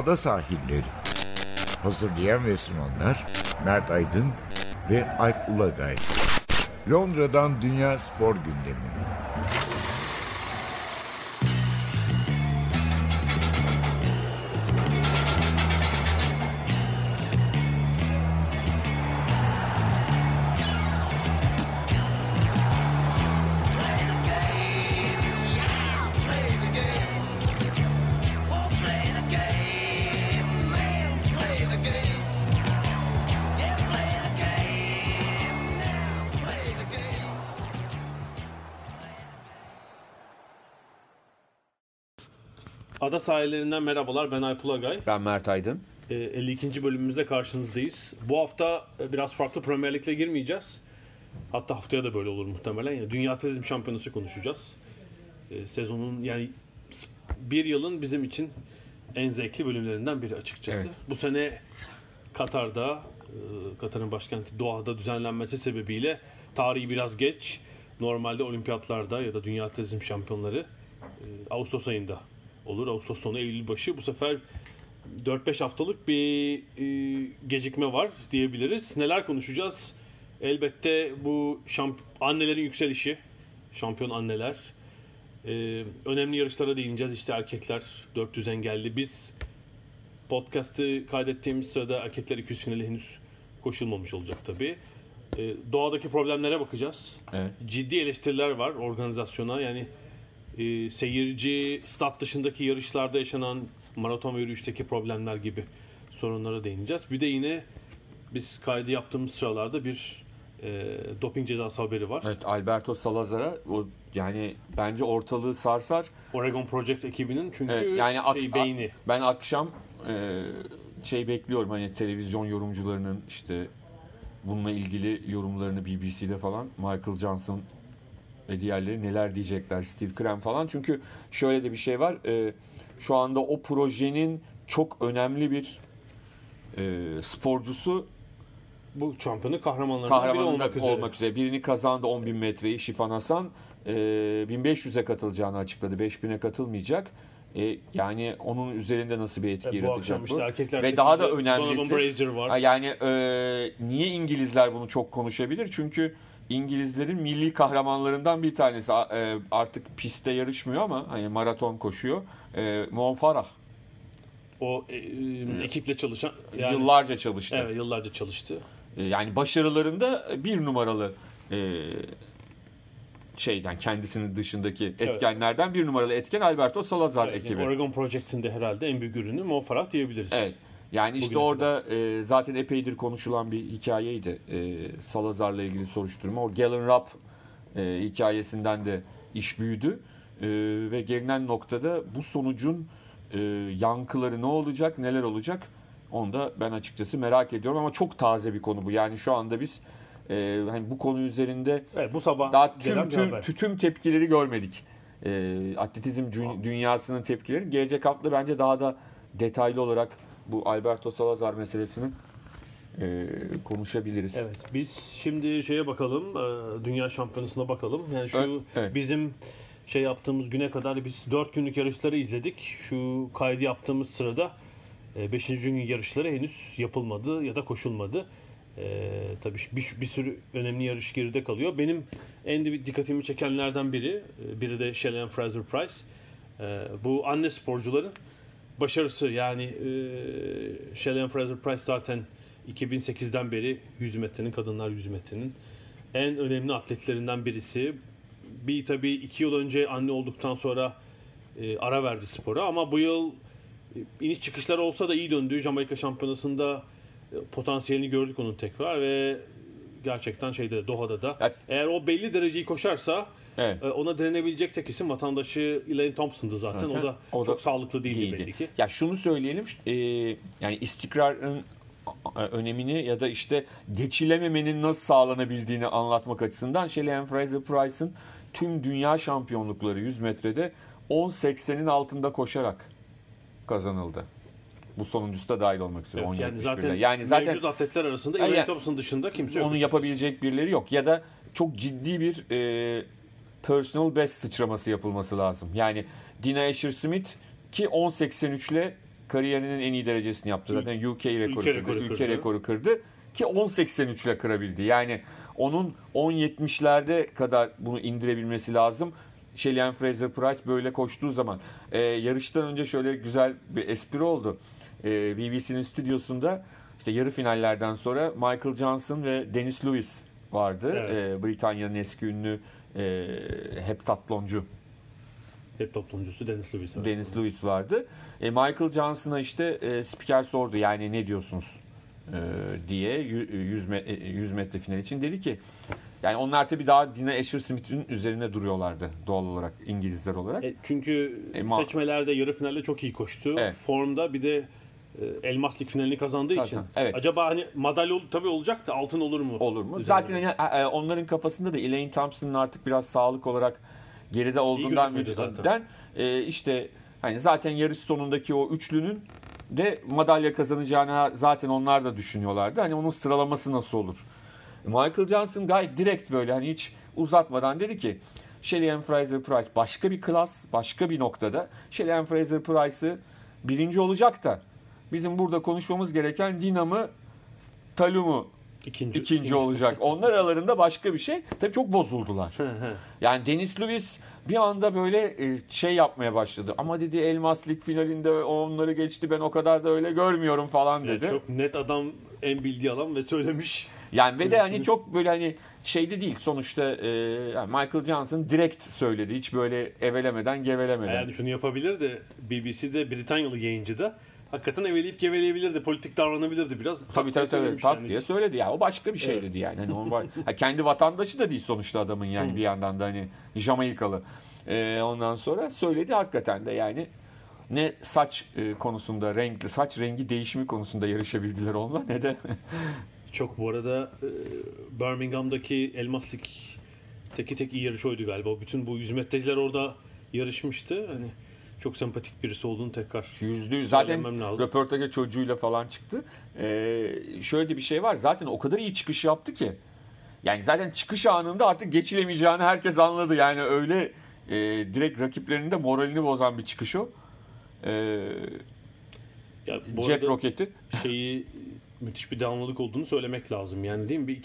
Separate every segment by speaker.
Speaker 1: ada sahilleri. Hazırlayan ve sunanlar Mert Aydın ve Alp Ulagay. Londra'dan Dünya Spor Gündemi.
Speaker 2: Ada sahillerinden merhabalar, ben Alp Ulagay.
Speaker 3: Ben Mert Aydın.
Speaker 2: 52. bölümümüzde karşınızdayız. Bu hafta biraz farklı, Premier Lig'le girmeyeceğiz. Hatta haftaya da böyle olur muhtemelen. Yani Dünya Atletizm Şampiyonası konuşacağız. Sezonun, yani bir yılın bizim için en zevkli bölümlerinden biri açıkçası.
Speaker 3: Evet.
Speaker 2: Bu sene Katar'da, Katar'ın başkenti Doha'da düzenlenmesi sebebiyle tarihi biraz geç. Normalde olimpiyatlarda ya da Dünya Atletizm Şampiyonları Ağustos ayında olur. Ağustos sonu, Eylül başı. Bu sefer 4-5 haftalık bir gecikme var diyebiliriz. Neler konuşacağız? Elbette bu annelerin yükselişi, şampiyon anneler. Önemli yarışlara değineceğiz. İşte erkekler 400 engelli. Biz podcast'ı kaydettiğimiz sırada erkekler 200 finali henüz koşulmamış olacak tabii. Doğadaki problemlere bakacağız.
Speaker 3: Evet.
Speaker 2: Ciddi eleştiriler var organizasyona. Yani seyirci, stat dışındaki yarışlarda yaşanan maraton ve yürüyüşteki problemler gibi sorunlara değineceğiz. Bir de yine biz kaydı yaptığımız sıralarda bir doping cezası haberi var.
Speaker 3: Evet, Alberto Salazar'a o yani bence ortalığı sarsar.
Speaker 2: Oregon Project ekibinin çünkü
Speaker 3: Yani
Speaker 2: beyni.
Speaker 3: Ben akşam bekliyorum, hani televizyon yorumcularının işte bununla ilgili yorumlarını BBC'de falan, Michael Johnson ve diğerleri neler diyecekler, Steve Krem falan. Çünkü şöyle de bir şey var. Şu anda o projenin çok önemli bir sporcusu
Speaker 2: Bu şampiyonun kahramanlarından biri olmak üzere.
Speaker 3: Birini kazandı, 10.000 metreyi, Şifan Hasan. 1500'e katılacağını açıkladı. 5000'e katılmayacak. Yani onun üzerinde nasıl bir etki yaratacak bu?
Speaker 2: Işte
Speaker 3: ve daha da önemlisi,
Speaker 2: var.
Speaker 3: Yani niye İngilizler bunu çok konuşabilir? Çünkü İngilizlerin milli kahramanlarından bir tanesi. Artık pistte yarışmıyor ama hani maraton koşuyor. Mo Farah.
Speaker 2: O ekiple çalışan, yani
Speaker 3: yıllarca çalıştı.
Speaker 2: Evet, yıllarca çalıştı.
Speaker 3: Yani başarılarında bir numaralı kendisinin dışındaki etkenlerden bir numaralı etken Alberto Salazar ekibi.
Speaker 2: Yani Oregon Project'in de herhalde en büyük ürünü Mo Farah diyebiliriz.
Speaker 3: Evet. Yani işte orada zaten epeydir konuşulan bir hikayeydi. Salazar'la ilgili soruşturma. O Galen Rupp hikayesinden de iş büyüdü. Ve gelinen noktada bu sonucun yankıları ne olacak, neler olacak? Onu da ben açıkçası merak ediyorum ama çok taze bir konu bu. Yani şu anda biz hani bu konu üzerinde
Speaker 2: bu sabah
Speaker 3: daha tüm tepkileri görmedik. Atletizm dünyasının tepkileri. Gelecek hafta bence daha da detaylı olarak bu Alberto Salazar meselesini konuşabiliriz.
Speaker 2: Evet, biz şimdi şeye bakalım, Dünya Şampiyonası'na bakalım. Yani şu bizim yaptığımız güne kadar biz 4 günlük yarışları izledik. Şu kaydı yaptığımız sırada 5. gün yarışları henüz yapılmadı ya da koşulmadı. Tabii bir sürü önemli yarış geride kalıyor. Benim en dikkatimi çekenlerden biri de Shelly Fraser-Pryce. Bu anne sporcuların başarısı. Yani Shelly Fraser-Pryce zaten 2008'den beri 100 metrenin, kadınlar 100 metrenin en önemli atletlerinden birisi. Tabii 2 yıl önce anne olduktan sonra ara verdi spora ama bu yıl iniş çıkışlar olsa da iyi döndü. Jamaika Şampiyonası'nda potansiyelini gördük onun tekrar ve gerçekten Doha'da da eğer o belli dereceyi koşarsa ona direnebilecek tek isim vatandaşı Elaine Thompson'dı zaten. O da çok sağlıklı değildi belli ki.
Speaker 3: Ya şunu söyleyelim, yani istikrarın önemini ya da işte geçilememenin nasıl sağlanabildiğini anlatmak açısından Shelly Fraser-Pryce'ın tüm dünya şampiyonlukları 100 metrede 10.80'in altında koşarak kazanıldı. Bu sonuncusu da dahil olmak üzere.
Speaker 2: Evet, yani zaten mevcut atletler arasında Elaine Thompson dışında kimse yok.
Speaker 3: Onu yapabilecek birileri yok. Ya da çok ciddi bir personal best sıçraması yapılması lazım. Yani Dina Asher-Smith ki 10.83 ile kariyerinin en iyi derecesini yaptı. Zaten UK
Speaker 2: ülke
Speaker 3: rekoru kırdı ki 10.83 ile kırabildi. Yani onun 10.70'lerde kadar bunu indirebilmesi lazım. Shelly Fraser Price böyle koştuğu zaman. Yarıştan önce şöyle güzel bir espri oldu. BBC'nin stüdyosunda işte yarı finallerden sonra Michael Johnson ve Dennis Lewis vardı.
Speaker 2: Evet.
Speaker 3: Britanya'nın eski ünlü heptatloncu.
Speaker 2: Heptatloncusu Dennis Lewis. Evet.
Speaker 3: Dennis Lewis vardı. Michael Johnson'a işte spiker sordu yani ne diyorsunuz diye 100 metre final için. Dedi ki yani onlar tabii daha Dina Asher-Smith'in üzerine duruyorlardı doğal olarak İngilizler olarak.
Speaker 2: Çünkü seçmelerde yarı finalde çok iyi koştu.
Speaker 3: Evet.
Speaker 2: Formda bir de Elmas Lig finalini kazandığı için.
Speaker 3: Evet.
Speaker 2: Acaba hani madalya tabii olacak da altın olur mu?
Speaker 3: Olur mu?
Speaker 2: Üzerine.
Speaker 3: Zaten hani, onların kafasında da Elaine Thompson'ın artık biraz sağlık olarak geride olduğundan mücadelen işte hani zaten yarış sonundaki o üçlünün de madalya kazanacağını zaten onlar da düşünüyorlardı. Hani onun sıralaması nasıl olur? Michael Johnson gayet direkt böyle hani hiç uzatmadan dedi ki Shelly Fraser Price başka bir klas, başka bir noktada. Shelly Fraser Price'ı birinci olacak da bizim burada konuşmamız gereken Dina mı Talu mu ikinci olacak. Onlar aralarında başka bir şey. Tabii çok bozuldular. Yani Dennis Lewis bir anda böyle şey yapmaya başladı. Ama dedi Elmas Lig finalinde onları geçti ben o kadar da öyle görmüyorum falan dedi.
Speaker 2: Çok net adam en bildiği adam ve söylemiş.
Speaker 3: Yani ve de hani çok böyle hani şeyde değil sonuçta yani Michael Johnson direkt söyledi. Hiç böyle evelemeden gevelemeden.
Speaker 2: Yani şunu yapabilirdi. BBC'de Britanyalı yayıncı da hakikaten eveleyip geveleyebilirdi. Politik davranabilirdi biraz.
Speaker 3: Tabii. Tak diye söyledi ya. O başka bir şey dedi yani. Hani o kendi vatandaşı da değil sonuçta adamın yani bir yandan da hani Jamaikalı. Ondan sonra söyledi hakikaten de yani ne saç konusunda saç rengi değişimi konusunda yarışabildiler onunla ne de
Speaker 2: çok bu arada Birmingham'daki Elmas Lig'deki tek iyi yarış oydu galiba. Bütün bu 100 metreciler orada yarışmıştı. Hani çok sempatik birisi olduğunu tekrar
Speaker 3: %100 zaten röportaja çocuğuyla falan çıktı. Şöyle de bir şey var. Zaten o kadar iyi çıkış yaptı ki. Yani zaten çıkış anında artık geçilemeyeceğini herkes anladı. Yani öyle direkt rakiplerinin de moralini bozan bir çıkış o. Cep roketi.
Speaker 2: Müthiş bir devamlılık olduğunu söylemek lazım. Yani değil mi? Bir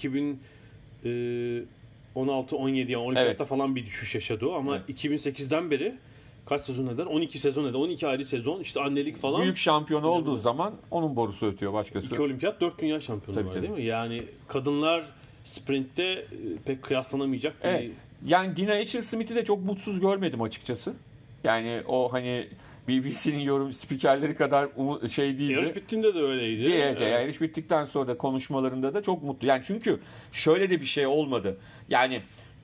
Speaker 2: 2016-17 yani Olimpiyat'ta falan bir düşüş yaşadı o ama 2008'den beri kaç sezon eder? 12 sezon eder. 12 ayrı sezon. İşte annelik falan.
Speaker 3: Büyük şampiyon olduğu zaman onun borusu ötüyor başkası.
Speaker 2: 2 olimpiyat, 4 dünya şampiyonu var değil mi? Yani kadınlar sprintte pek kıyaslanamayacak bir...
Speaker 3: Yani Dina Asher-Smith'i de çok mutsuz görmedim açıkçası. Yani o hani BBC'nin yorum spikerleri kadar şey değildi.
Speaker 2: Yarış bittiğinde de öyleydi.
Speaker 3: Evet. Yarış bittikten sonra da konuşmalarında da çok mutlu. Yani çünkü şöyle de bir şey olmadı. Yani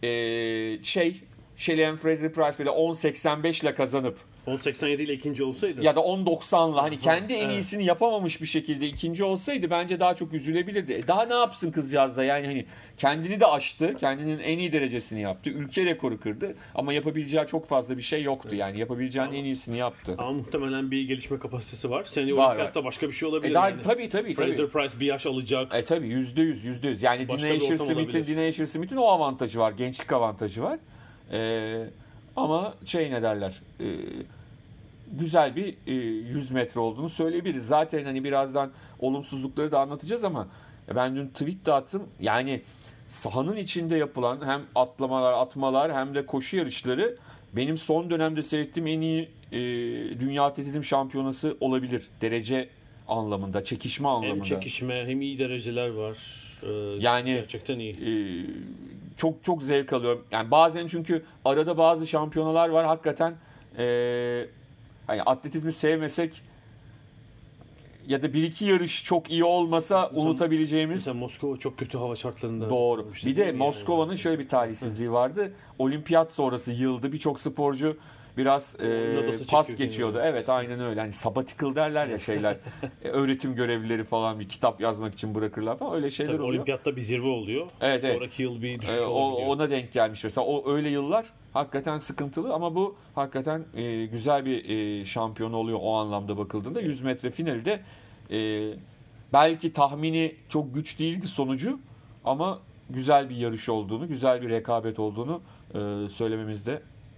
Speaker 3: Shelly Fraser Price böyle 10.85 ile kazanıp
Speaker 2: 10.87 ile ikinci olsaydı
Speaker 3: ya da 10.90'la hani kendi en iyisini yapamamış bir şekilde ikinci olsaydı bence daha çok üzülebilirdi. Daha ne yapsın kızcağız da yani hani kendini de aştı. Kendinin en iyi derecesini yaptı. Ülke rekoru kırdı ama yapabileceği çok fazla bir şey yoktu. Yani yapabileceğinin en iyisini yaptı.
Speaker 2: Ama muhtemelen bir gelişme kapasitesi var. Seneye olimpiyatta başka bir şey olabilir.
Speaker 3: Tabii.
Speaker 2: Fraser Price bir yaş alacak.
Speaker 3: Tabii %100. Yani Dina Asher-Smith'in o avantajı var. Gençlik avantajı var. Ama ne derler güzel bir 100 metre olduğunu söyleyebiliriz. Zaten hani birazdan olumsuzlukları da anlatacağız ama ben dün tweet de attım. Yani sahanın içinde yapılan hem atmalar hem de koşu yarışları benim son dönemde seyrettiğim en iyi dünya atletizm şampiyonası olabilir. Derece anlamında, çekişme anlamında.
Speaker 2: Hem çekişme hem iyi dereceler var.
Speaker 3: Yani
Speaker 2: gerçekten iyi.
Speaker 3: Çok zevk alıyorum. Yani bazen çünkü arada bazı şampiyonalar var hakikaten hani atletizmi sevmesek ya da 1-2 yarış çok iyi olmasa unutabileceğimiz.
Speaker 2: Mesela Moskova çok kötü hava şartlarında.
Speaker 3: Doğru. Bir de Moskova'nın şöyle bir talihsizliği vardı. Olimpiyat sonrası yıldı. Birçok sporcu biraz pas geçiyordu. Evet aynen öyle. Hani sabbatical derler ya şeyler. Öğretim görevlileri falan bir kitap yazmak için bırakırlar falan. Öyle şeyler oluyor.
Speaker 2: Olimpiyatta bir zirve oluyor.
Speaker 3: Evet.
Speaker 2: Sonraki yıl bir düşüş oluyor.
Speaker 3: Ona denk gelmiş mesela. O öyle yıllar hakikaten sıkıntılı ama bu hakikaten güzel bir şampiyon oluyor o anlamda bakıldığında. 100 metre finali de belki tahmini çok güç değildi sonucu ama güzel bir yarış olduğunu, güzel bir rekabet olduğunu söylememizde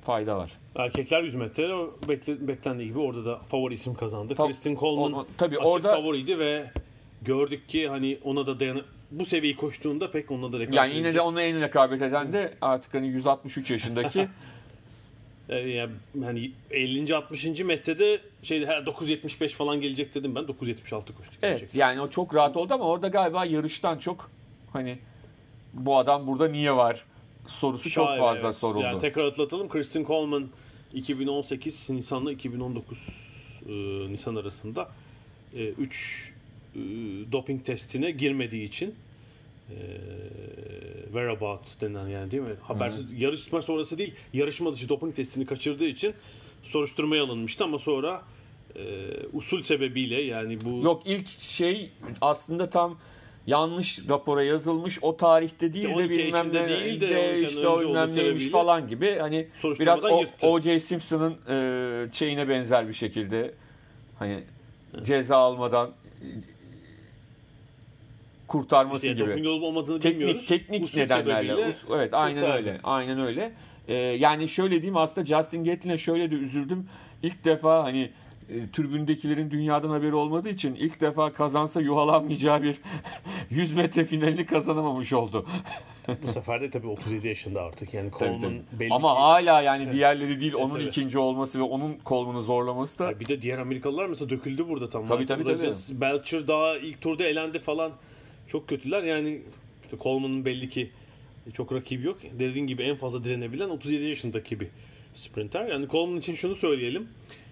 Speaker 3: fayda var.
Speaker 2: Erkekler 100 metre beklendiği gibi orada da favori isim kazandı. Kristen Coleman
Speaker 3: tabii
Speaker 2: açık
Speaker 3: orada
Speaker 2: favoriydi ve gördük ki hani ona da bu seviyeyi koştuğunda pek onunla da rekabet
Speaker 3: yani yine de onunla en rekabet eden de artık hani 163 yaşındaki
Speaker 2: yani 50. 60. metrede 9.75 falan gelecek dedim ben. 9.76 koştuk.
Speaker 3: Evet yani o çok rahat oldu ama orada galiba yarıştan çok hani bu adam burada niye var sorusu çok fazla soruldu.
Speaker 2: Yani tekrar hatırlatalım. Kristen Coleman 2018 Nisan'la 2019 Nisan arasında 3 doping testine girmediği için whereabout denen yani değil mi? Habersiz yarışma sonrası değil, yarışma dışı doping testini kaçırdığı için soruşturmaya alınmıştı ama sonra usul sebebiyle yani bu
Speaker 3: yok ilk aslında tam yanlış rapora yazılmış o tarihte değil de bilmem ne
Speaker 2: değil
Speaker 3: işte o bilmem neymiş falan gibi hani biraz O.J. Simpson'ın şeyine benzer bir şekilde hani ceza almadan kurtarması gibi.
Speaker 2: Doping olup olmadığını bilmiyoruz.
Speaker 3: Teknik
Speaker 2: usul
Speaker 3: nedenlerle. Evet aynen öyle. Yani şöyle diyeyim aslında Justin Gatlin'e şöyle de üzüldüm. İlk defa hani tribündekilerin dünyadan haberi olmadığı için ilk defa kazansa yuhalanmayacağı bir 100 metre finalini kazanamamış oldu.
Speaker 2: Bu sefer de tabii 37 yaşında artık. Yani Coleman belli
Speaker 3: ama
Speaker 2: ki
Speaker 3: hala yani diğerleri değil onun ikinci olması ve onun Coleman'ı zorlaması da.
Speaker 2: Bir de diğer Amerikalılar mesela döküldü burada tam.
Speaker 3: Tabii.
Speaker 2: Belcher daha ilk turda elendi falan. Çok kötüler. Yani işte Coleman'ın belli ki çok rakibi yok. Dediğin gibi en fazla direnebilen 37 yaşındaki bir sprinter. Yani Coleman için şunu söyleyelim.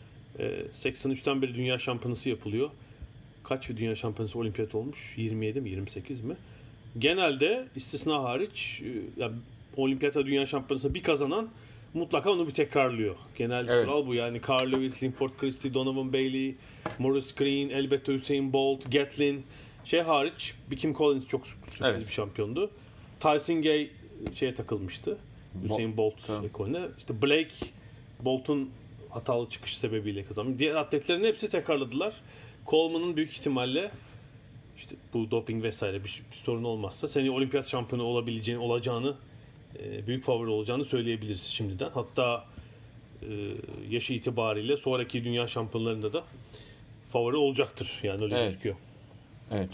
Speaker 2: 83'ten beri dünya şampiyonası yapılıyor. Kaç dünya şampiyonası olimpiyat olmuş? 27 mi 28 mi? Genelde istisna hariç yani olimpiyata dünya şampiyonası bir kazanan mutlaka onu bir tekrarlıyor. Genel kural bu. Yani Carl Lewis, Linford Christie, Donovan Bailey, Maurice Green, elbette Usain Bolt, Gatlin hariç bir Kim Collins çok sürpriz bir şampiyondu. Tyson Gay takılmıştı. Usain Bolt ekolüne. İşte Blake Bolt'un hatalı çıkış sebebiyle kazanmış. Diğer atletlerin hepsi tekrarladılar. Coleman'ın büyük ihtimalle işte bu doping vesaire bir sorun olmazsa seni olimpiyat şampiyonu olacağını büyük favori olacağını söyleyebiliriz şimdiden. Hatta yaşı itibariyle sonraki dünya şampiyonlarında da favori olacaktır. Yani öyle gözüküyor.
Speaker 3: Evet.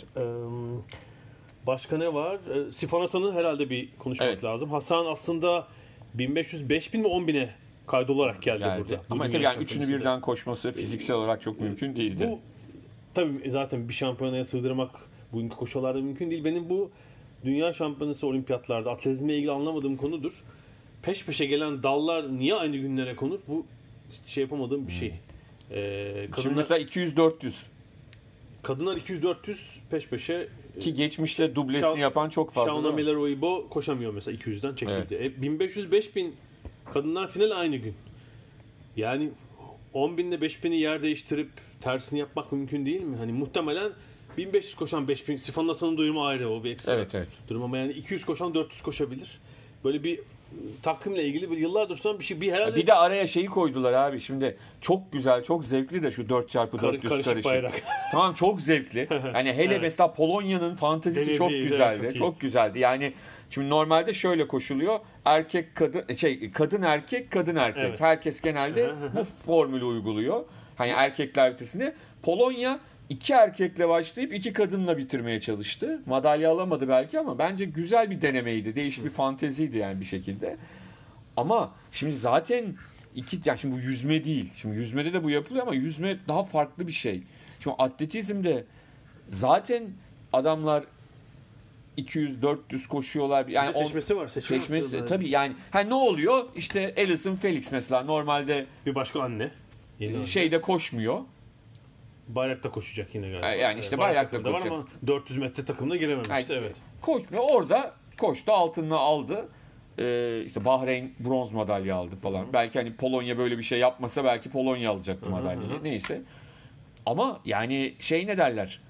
Speaker 2: Başka ne var? Sifan Hasan'ı herhalde bir konuşmak lazım. Hasan aslında 1500, 5000 ve 10.000'e kaydolarak geldi burada.
Speaker 3: Ama tabii yani üçünü birden koşması fiziksel olarak çok mümkün değildi.
Speaker 2: Bu tabii zaten bir şampiyonaya sığdırmak bugünkü koşularda mümkün değil. Benim bu dünya şampiyonası olimpiyatlarda atletizmle ilgili anlamadığım konudur. Peş peşe gelen dallar niye aynı günlere konur? Bu yapamadığım bir şey.
Speaker 3: Şimdi mesela 200-400.
Speaker 2: Kadınlar 200-400 peş peşe
Speaker 3: ki geçmişte dublesini yapan çok fazla.
Speaker 2: Shauna Miller-Uibo koşamıyor mesela 200'den çekildi. Evet. 1500-5000 kadınlar final aynı gün. Yani 10.000 ile 5.000'i yer değiştirip tersini yapmak mümkün değil mi? Hani muhtemelen 1500 koşan 5000 Sifan Hasan'ın durumu ayrı, o bir ekstra durum ama yani 200 koşan 400 koşabilir. Böyle bir takvimle ilgili yıllardır sonra bir herhalde...
Speaker 3: Bir de araya koydular abi. Şimdi çok güzel, çok zevkli de şu 4x400 karışık. Tamam, çok zevkli. Yani hele mesela Polonya'nın fantezisi çok güzeldi. Evet, çok güzeldi. Yani şimdi normalde şöyle koşuluyor. Erkek kadın kadın erkek kadın erkek. Evet. Herkes genelde bu formülü uyguluyor. Hani erkekler ötesini. Polonya 2 erkekle başlayıp 2 kadınla bitirmeye çalıştı. Madalya alamadı belki ama bence güzel bir denemeydi. Değişik bir fanteziydi yani bir şekilde. Ama şimdi zaten şimdi bu yüzme değil. Şimdi yüzmede de bu yapılıyor ama yüzme daha farklı bir şey. Şimdi atletizmde zaten adamlar 200-400 koşuyorlar. Yani
Speaker 2: seçmesi var.
Speaker 3: Seçmesi tabii yani. Ne oluyor? İşte Allyson Felix mesela normalde
Speaker 2: bir başka anne.
Speaker 3: Şeyde koşmuyor.
Speaker 2: Bayrakta koşacak yine galiba.
Speaker 3: Yani işte bayrakta koşacak.
Speaker 2: Ama 400 metre takımına girememişti. Evet.
Speaker 3: Koşmuyor. Orada koştu, altınını aldı. İşte Bahreyn bronz madalya aldı falan. Belki hani Polonya böyle bir şey yapmasa belki Polonya alacaktı madalyayı. Neyse. Ama yani ne derler?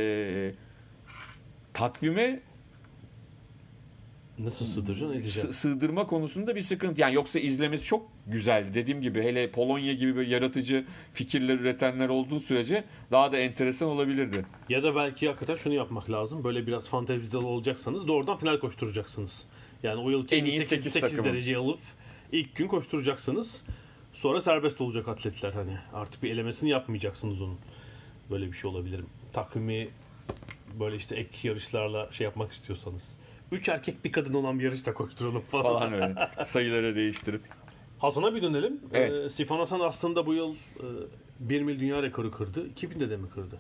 Speaker 3: Takvime
Speaker 2: nasıl sığdıracaksın?
Speaker 3: Sığdırma konusunda bir sıkıntı. Yani yoksa izlemesi çok güzeldi. Dediğim gibi hele Polonya gibi böyle yaratıcı fikirler üretenler olduğu sürece daha da enteresan olabilirdi.
Speaker 2: Ya da belki hakikaten şunu yapmak lazım. Böyle biraz fantezide olacaksanız doğrudan final koşturacaksınız. Yani o yıl en iyi 8 dereceyi alıp İlk gün koşturacaksınız. Sonra serbest olacak atletler. Hani artık bir elemesini yapmayacaksınız onun. Böyle bir şey olabilir. Takvimi böyle işte ek yarışlarla şey yapmak istiyorsanız. 3 erkek bir kadın olan bir yarışta koşturalım
Speaker 3: falan öyle. Sayıları değiştirip.
Speaker 2: Hasan'a bir dönelim.
Speaker 3: Evet.
Speaker 2: Sifan Hasan aslında bu yıl 1 mil dünya rekoru kırdı. 2000'de de mi kırdı?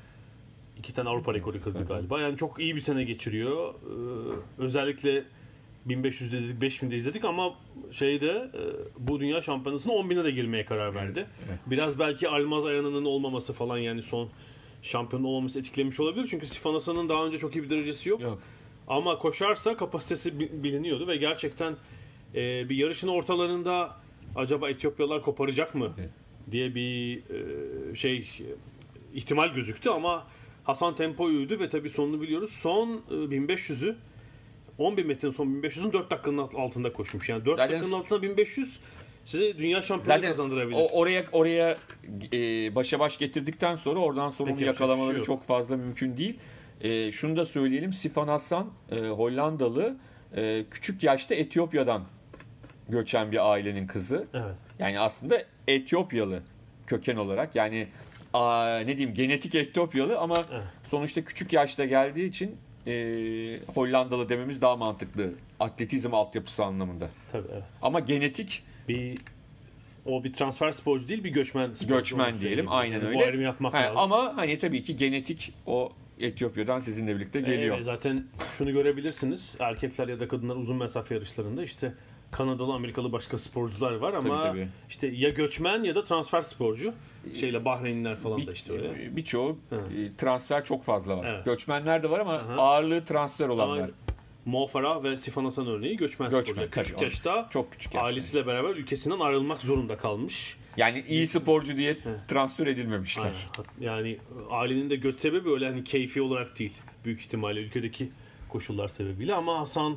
Speaker 2: 2 tane Avrupa rekoru kırdı galiba. Yani çok iyi bir sene geçiriyor. Özellikle 1500'de izledik, 5000'de izledik ama bu dünya şampiyonasına 10.000'e de girmeye karar verdi.
Speaker 3: Evet.
Speaker 2: Biraz belki Almaz Ayanı'nın olmaması falan, yani son şampiyon olmaması etkilemiş olabilir. Çünkü Sifan Hasan'ın daha önce çok iyi bir derecesi yok. Ama koşarsa kapasitesi biliniyordu ve gerçekten bir yarışın ortalarında acaba Etiyopyalılar koparacak mı diye bir ihtimal gözüktü ama Hasan tempoyuydu ve tabii sonunu biliyoruz. Son 1500'ü 10.000 metrenin son 1500'ün 4 dakikanın altında koşmuş. Yani 4 dakikanın altında 1500 size dünya şampiyonu kazandırabilir.
Speaker 3: Oraya başa baş getirdikten sonra oradan sonra onu yakalamaları çok fazla mümkün değil. Şunu da söyleyelim. Sifan Hasan Hollandalı, küçük yaşta Etiyopya'dan göçen bir ailenin kızı.
Speaker 2: Evet.
Speaker 3: Yani aslında Etiyopyalı köken olarak, yani genetik Etiyopyalı ama sonuçta küçük yaşta geldiği için Hollandalı dememiz daha mantıklı. Atletizm altyapısı anlamında.
Speaker 2: Tabii, evet.
Speaker 3: Ama genetik
Speaker 2: bir transfer sporcu değil, bir göçmen sporcu.
Speaker 3: Göçmen diyelim, aynen öyle.
Speaker 2: Bu ayrımı yapmak lazım.
Speaker 3: Ama hani tabii ki genetik o Etiyopya'dan sizinle birlikte geliyor.
Speaker 2: Zaten şunu görebilirsiniz. Erkekler ya da kadınlar uzun mesafe yarışlarında işte Kanadalı, Amerikalı başka sporcular var ama
Speaker 3: tabii.
Speaker 2: işte ya göçmen ya da transfer sporcu. Bahreynliler falan da işte öyle.
Speaker 3: Birçoğu transfer çok fazla var.
Speaker 2: Evet.
Speaker 3: Göçmenler de var ama ağırlığı transfer olanlar.
Speaker 2: Ama Mo Farah ve Sifan Hasan örneği göçmen sporcular. Küçük yaşta
Speaker 3: çok küçük yaşta
Speaker 2: ailesiyle beraber ülkesinden ayrılmak zorunda kalmış.
Speaker 3: Yani iyi sporcu diye transfer edilmemişler.
Speaker 2: Aynen. Yani ailenin de göç sebebi öyle hani keyfi olarak değil. Büyük ihtimalle ülkedeki koşullar sebebiyle ama Hasan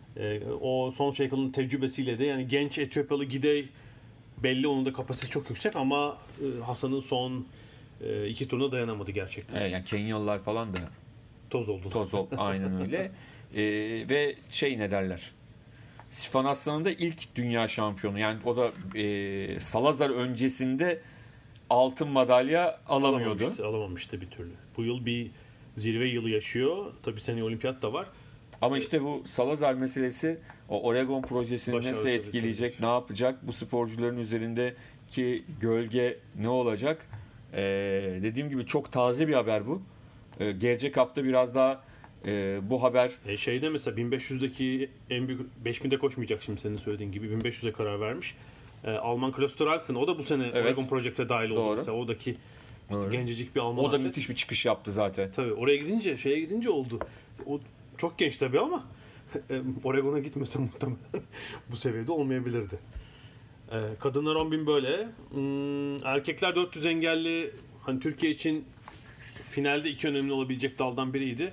Speaker 2: o son Şeykal'ın tecrübesiyle de, yani genç Etiyopyalı gidey belli, onun da kapasitesi çok yüksek ama Hasan'ın son 2 turuna dayanamadı gerçekten.
Speaker 3: Yani Kenyalılar falan da
Speaker 2: toz oldu.
Speaker 3: Aynen öyle. Ve ne derler? Sifan Hasan'ın da ilk dünya şampiyonu. Yani o da Salazar öncesinde altın madalya alamıyordu.
Speaker 2: Alamamıştı bir türlü. Bu yıl bir zirve yılı yaşıyor. Tabii seneye olimpiyat da var.
Speaker 3: Ama işte bu Salazar meselesi o Oregon projesini nasıl etkileyecek, ne yapacak? Bu sporcuların üzerindeki gölge ne olacak? Dediğim gibi çok taze bir haber bu. Gelecek hafta biraz daha bu haber...
Speaker 2: Mesela 1500'deki en büyük 5000'de koşmayacak şimdi senin söylediğin gibi. 1500'e karar vermiş. Alman Klosteralfen, o da bu sene Oregon Project'e dahil oldu. Mesela oradaki gencecik bir Alman
Speaker 3: O da müthiş bir çıkış yaptı zaten.
Speaker 2: Tabii oraya gidince oldu. O çok genç tabii ama Oregon'a gitmese muhtemelen bu seviyede olmayabilirdi. Kadınlar 10.000 böyle. Erkekler 400 engelli, hani Türkiye için finalde 2 önemli olabilecek daldan biriydi.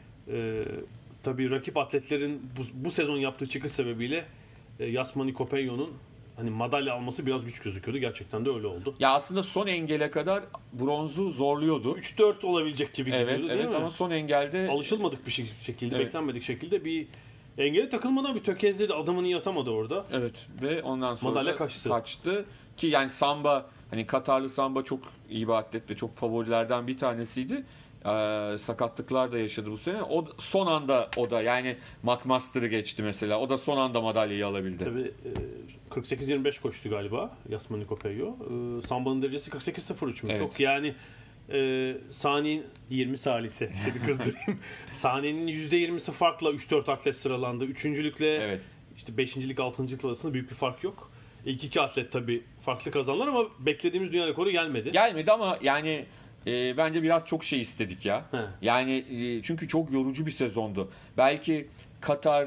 Speaker 2: Tabii rakip atletlerin bu sezon yaptığı çıkış sebebiyle Yasmani Kopeyyo'nun hani madalya alması biraz güç gözüküyordu. Gerçekten de öyle oldu.
Speaker 3: Ya aslında son engele kadar bronzu zorluyordu.
Speaker 2: 3-4 olabilecek gibi gidiyordu değil mi?
Speaker 3: Ama son engelde
Speaker 2: alışılmadık bir şekilde, beklenmedik şekilde bir engele takılmadan bir tökezledi. Adamını iyi atamadı orada.
Speaker 3: Evet, ve ondan sonra
Speaker 2: madalya
Speaker 3: kaçtı. Ki yani Samba, hani Katarlı Samba çok iyi bir atlet ve çok favorilerden bir tanesiydi. Sakatlıklar da yaşadı bu sene. O son anda yani McMaster'ı geçti mesela. O da son anda madalyayı alabildi.
Speaker 2: Tabii 48-25 koştu galiba Yasmani Kopeyyo. Samba'nın derecesi 48-03 mü? Çok yani saniyenin 20 salise. Seni kızdırayım. Saniyenin %20'si farkla 3-4 atlet sıralandı. Üçüncülükle işte 5.lik 6.lık arasında büyük bir fark yok. İlk 2 atlet tabii farklı kazanlar ama beklediğimiz dünya rekoru gelmedi.
Speaker 3: Gelmedi ama yani bence biraz çok istedik ya. Yani çünkü çok yorucu bir sezondu. Belki Katar,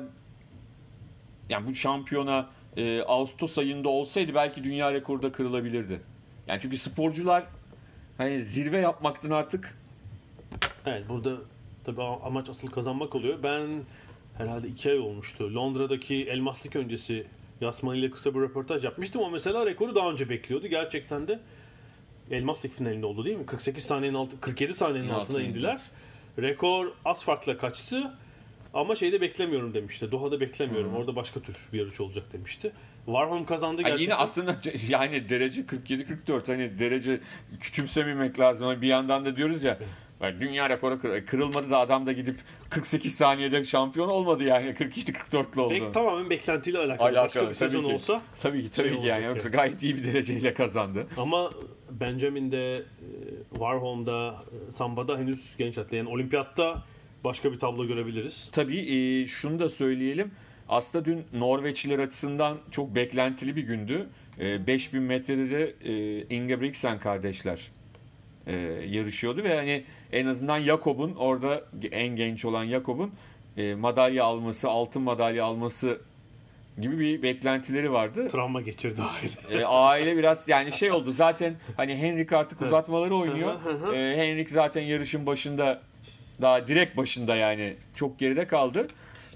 Speaker 3: yani bu şampiyona Ağustos ayında olsaydı belki dünya rekoru da kırılabilirdi. Yani çünkü sporcular hani zirve yapmaktan artık.
Speaker 2: Evet, burada tabii amaç asıl kazanmak oluyor. Ben herhalde 2 ay olmuştu. Londra'daki Elmaslık öncesi Yasmani ile kısa bir röportaj yapmıştım. O mesela rekoru daha önce bekliyordu. Gerçekten de Elmaslık finalinde oldu değil mi? 47 saniyenin altına indiler. Rekor az farkla kaçtı. Ama şeyde beklemiyorum demişti. Doha'da beklemiyorum. Orada başka tür bir yarış olacak demişti. Warholm kazandı gerçekten.
Speaker 3: Yine aslında yani derece 47-44, hani derece küçümsememek lazım. Hani bir yandan da diyoruz ya, dünya rekoru kırılmadı da adam da gidip 48 saniyede şampiyon olmadı yani, 42-44'lü oldu.
Speaker 2: Tamamen beklentiyle alakalı. Başka bir sezon olsa.
Speaker 3: Tabii ki yani. Yoksa gayet iyi bir dereceyle kazandı.
Speaker 2: Ama Benjamin'de, Warholm'da, Samba'da henüz genç atlet. Yani olimpiyatta başka bir tablo görebiliriz.
Speaker 3: Tabii şunu da söyleyelim. Aslında dün Norveçliler açısından çok beklentili bir gündü. 5000 metrede de Ingebrigtsen kardeşler yarışıyordu ve hani en azından Jakob'un, orada en genç olan Jakob'un madalya alması, altın madalya alması gibi bir beklentileri vardı.
Speaker 2: Travma geçirdi aile.
Speaker 3: Aile biraz yani şey oldu zaten, hani Henrik artık uzatmaları oynuyor. Henrik zaten yarışın başında, daha direkt başında, yani çok geride kaldı.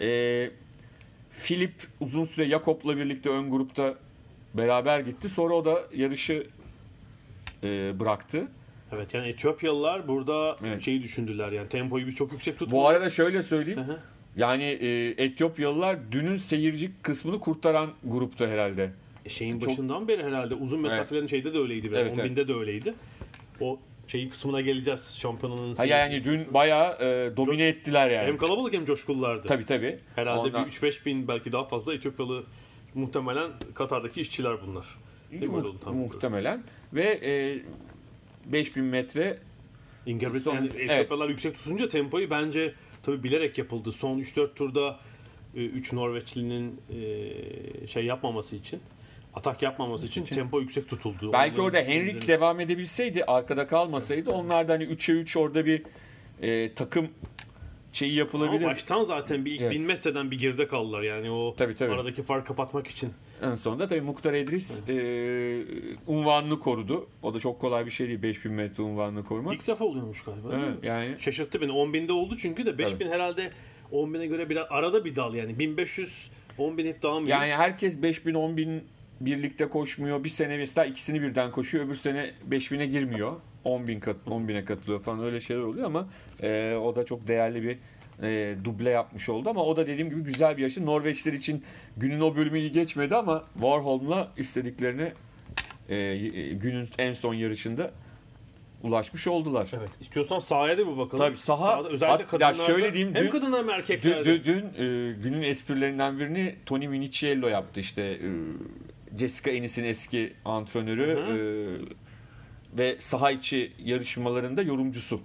Speaker 3: Filip uzun süre Jakob'la birlikte ön grupta beraber gitti. Sonra o da yarışı bıraktı.
Speaker 2: Evet, yani Etiyopyalılar burada şeyi düşündüler, yani tempoyu biz çok yüksek tutmalıyız.
Speaker 3: Bu arada şöyle söyleyeyim. Yani Etiyopyalılar dünün seyirci kısmını kurtaran grupta herhalde.
Speaker 2: Şeyin başından beri herhalde uzun mesafelerin şeyde de öyleydi. 10.000'de de öyleydi. O şeyin kısmına geleceğiz, şampiyonanın.
Speaker 3: Yani dün bayağı domine ettiler yani.
Speaker 2: Hem kalabalık hem coşkullardı.
Speaker 3: Tabii.
Speaker 2: Herhalde bir 3-5 bin, belki daha fazla Etiyopyalı, muhtemelen Katar'daki işçiler bunlar. Değil mi?
Speaker 3: Muhtemelen. Ve 5000 metre
Speaker 2: Ingebrigtsen, yani Etiyopyalılar yüksek tutunca tempoyu bence tabii bilerek yapıldı. Son 3-4 turda 3 Norveçlinin şey yapmaması için, atak yapmaması için tempo yüksek tutuldu.
Speaker 3: Belki onların orada Henrik devam edebilseydi, arkada kalmasaydı, onlar da hani 3'e 3 orada bir takım şeyi yapılabilir.
Speaker 2: Ama baştan zaten bir ilk 1000 metreden bir geride kaldılar yani, o tabii. Aradaki farkı kapatmak için.
Speaker 3: En sonunda tabii Mukhtar Edris unvanını korudu. O da çok kolay bir şey değil, 5000 metre unvanını korumak.
Speaker 2: İlk defa oluyormuş galiba.
Speaker 3: Evet, yani
Speaker 2: şaşırttı beni. 10.000'de oldu çünkü de 5000 herhalde 10.000'e göre biraz arada bir dal yani. 1500 10.000 hep daha mı?
Speaker 3: Yani herkes 5000 10.000 birlikte koşmuyor. Bir sene mesela ikisini birden koşuyor. Öbür sene 5000'e girmiyor. 10.000'e katılıyor falan, öyle şeyler oluyor ama o da çok değerli bir duble yapmış oldu. Ama o da dediğim gibi güzel bir yarışı. Norveçler için günün o bölümü iyi geçmedi ama Warholm'la istediklerini günün en son yarışında ulaşmış oldular.
Speaker 2: Evet. İstiyorsan sahaya da bir bakalım.
Speaker 3: Tabii sahada özellikle
Speaker 2: kadınlarda,
Speaker 3: şöyle diyeyim,
Speaker 2: hem kadınlar hem erkeklerde.
Speaker 3: Dün günün esprilerinden birini Tony Minichiello yaptı, işte Jessica Ennis'in eski antrenörü ve saha içi yarışmalarında yorumcusu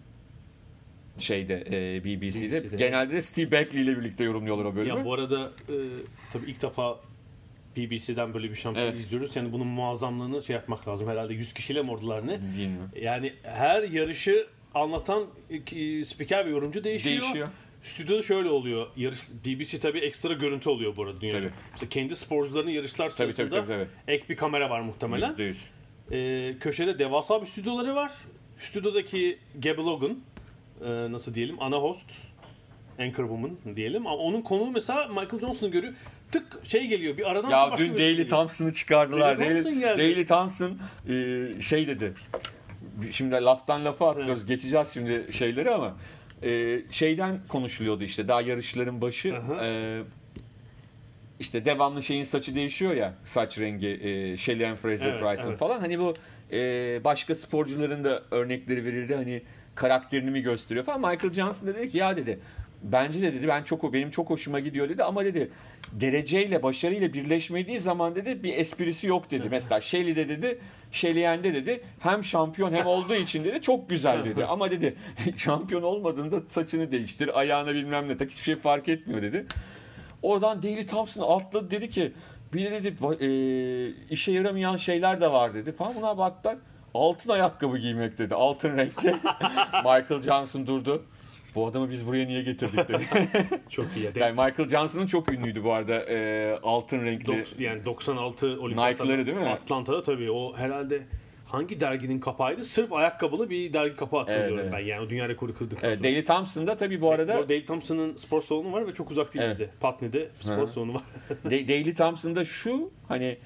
Speaker 3: BBC'de. Genelde de Steve Beckley ile birlikte yorumluyorlar o bölümü.
Speaker 2: Ya bu arada tabii ilk defa BBC'den böyle bir şampiyon izliyoruz. Yani bunun muazzamlığını şey yapmak lazım. Herhalde 100 kişiyle mi ordular ne?
Speaker 3: Bilmiyorum.
Speaker 2: Yani her yarışı anlatan spiker ve yorumcu değişiyor. Stüdyoda şöyle oluyor. BBC tabii ekstra görüntü oluyor bu arada dünyada. İşte kendi sporcularının yarışlar sırasında ek bir kamera var muhtemelen. Köşede devasa bir stüdyoları var. Stüdyodaki Gabby Logan, nasıl diyelim, ana host, anchor woman diyelim. Ama onun konuğu mesela Michael Johnson'ı görüyor. Tık şey geliyor. Bir aradan
Speaker 3: ya
Speaker 2: başka
Speaker 3: dün Daily Thompson'ı çıkardılar. Daily Thompson şey dedi. Şimdi laftan lafa atlıyoruz. Geçeceğiz şimdi şeyleri ama şeyden konuşuluyordu işte, daha yarışların başı. İşte devamlı şeyin saçı değişiyor ya, saç rengi, Shelly Fraser-Pryce'ın falan. Hani bu başka sporcuların da örnekleri verildi. Hani karakterini mi gösteriyor falan. Michael Johnson da dedi ki, ya dedi, bence de dedi, benim çok hoşuma gidiyor dedi, ama dedi dereceyle, başarıyla birleşmediği zaman dedi bir esprisi yok dedi. Mesela Shelly'de dedi, Shelly'ende dedi hem şampiyon hem olduğu için dedi çok güzel dedi. Ama dedi şampiyon olmadığında saçını değiştir, ayağına bilmem ne tak, hiçbir şey fark etmiyor dedi. Oradan Daily Thompson atladı, dedi ki bir de dedi işe yaramayan şeyler de var dedi falan. Buna baktılar, altın ayakkabı giymek dedi, altın renkli. Michael Johnson durdu. Bu adamı biz buraya niye getirdik dedi.
Speaker 2: Çok iyi.
Speaker 3: Yani Michael Johnson'ın çok ünlüydü bu arada altın renkli.
Speaker 2: Yani 96
Speaker 3: Nike'ları değil mi?
Speaker 2: Atlanta'da tabii, o herhalde hangi derginin kapağıydı? Sırf ayakkabılı bir dergi kapağı hatırlıyorum ben. Yani o dünya rekoru kırdıktan sonra.
Speaker 3: Daily Thompson'da tabii bu arada.
Speaker 2: Daily Thompson'ın spor salonu var ve çok uzak değil bize. Putney'de spor salonu var.
Speaker 3: Daily Thompson'da şu hani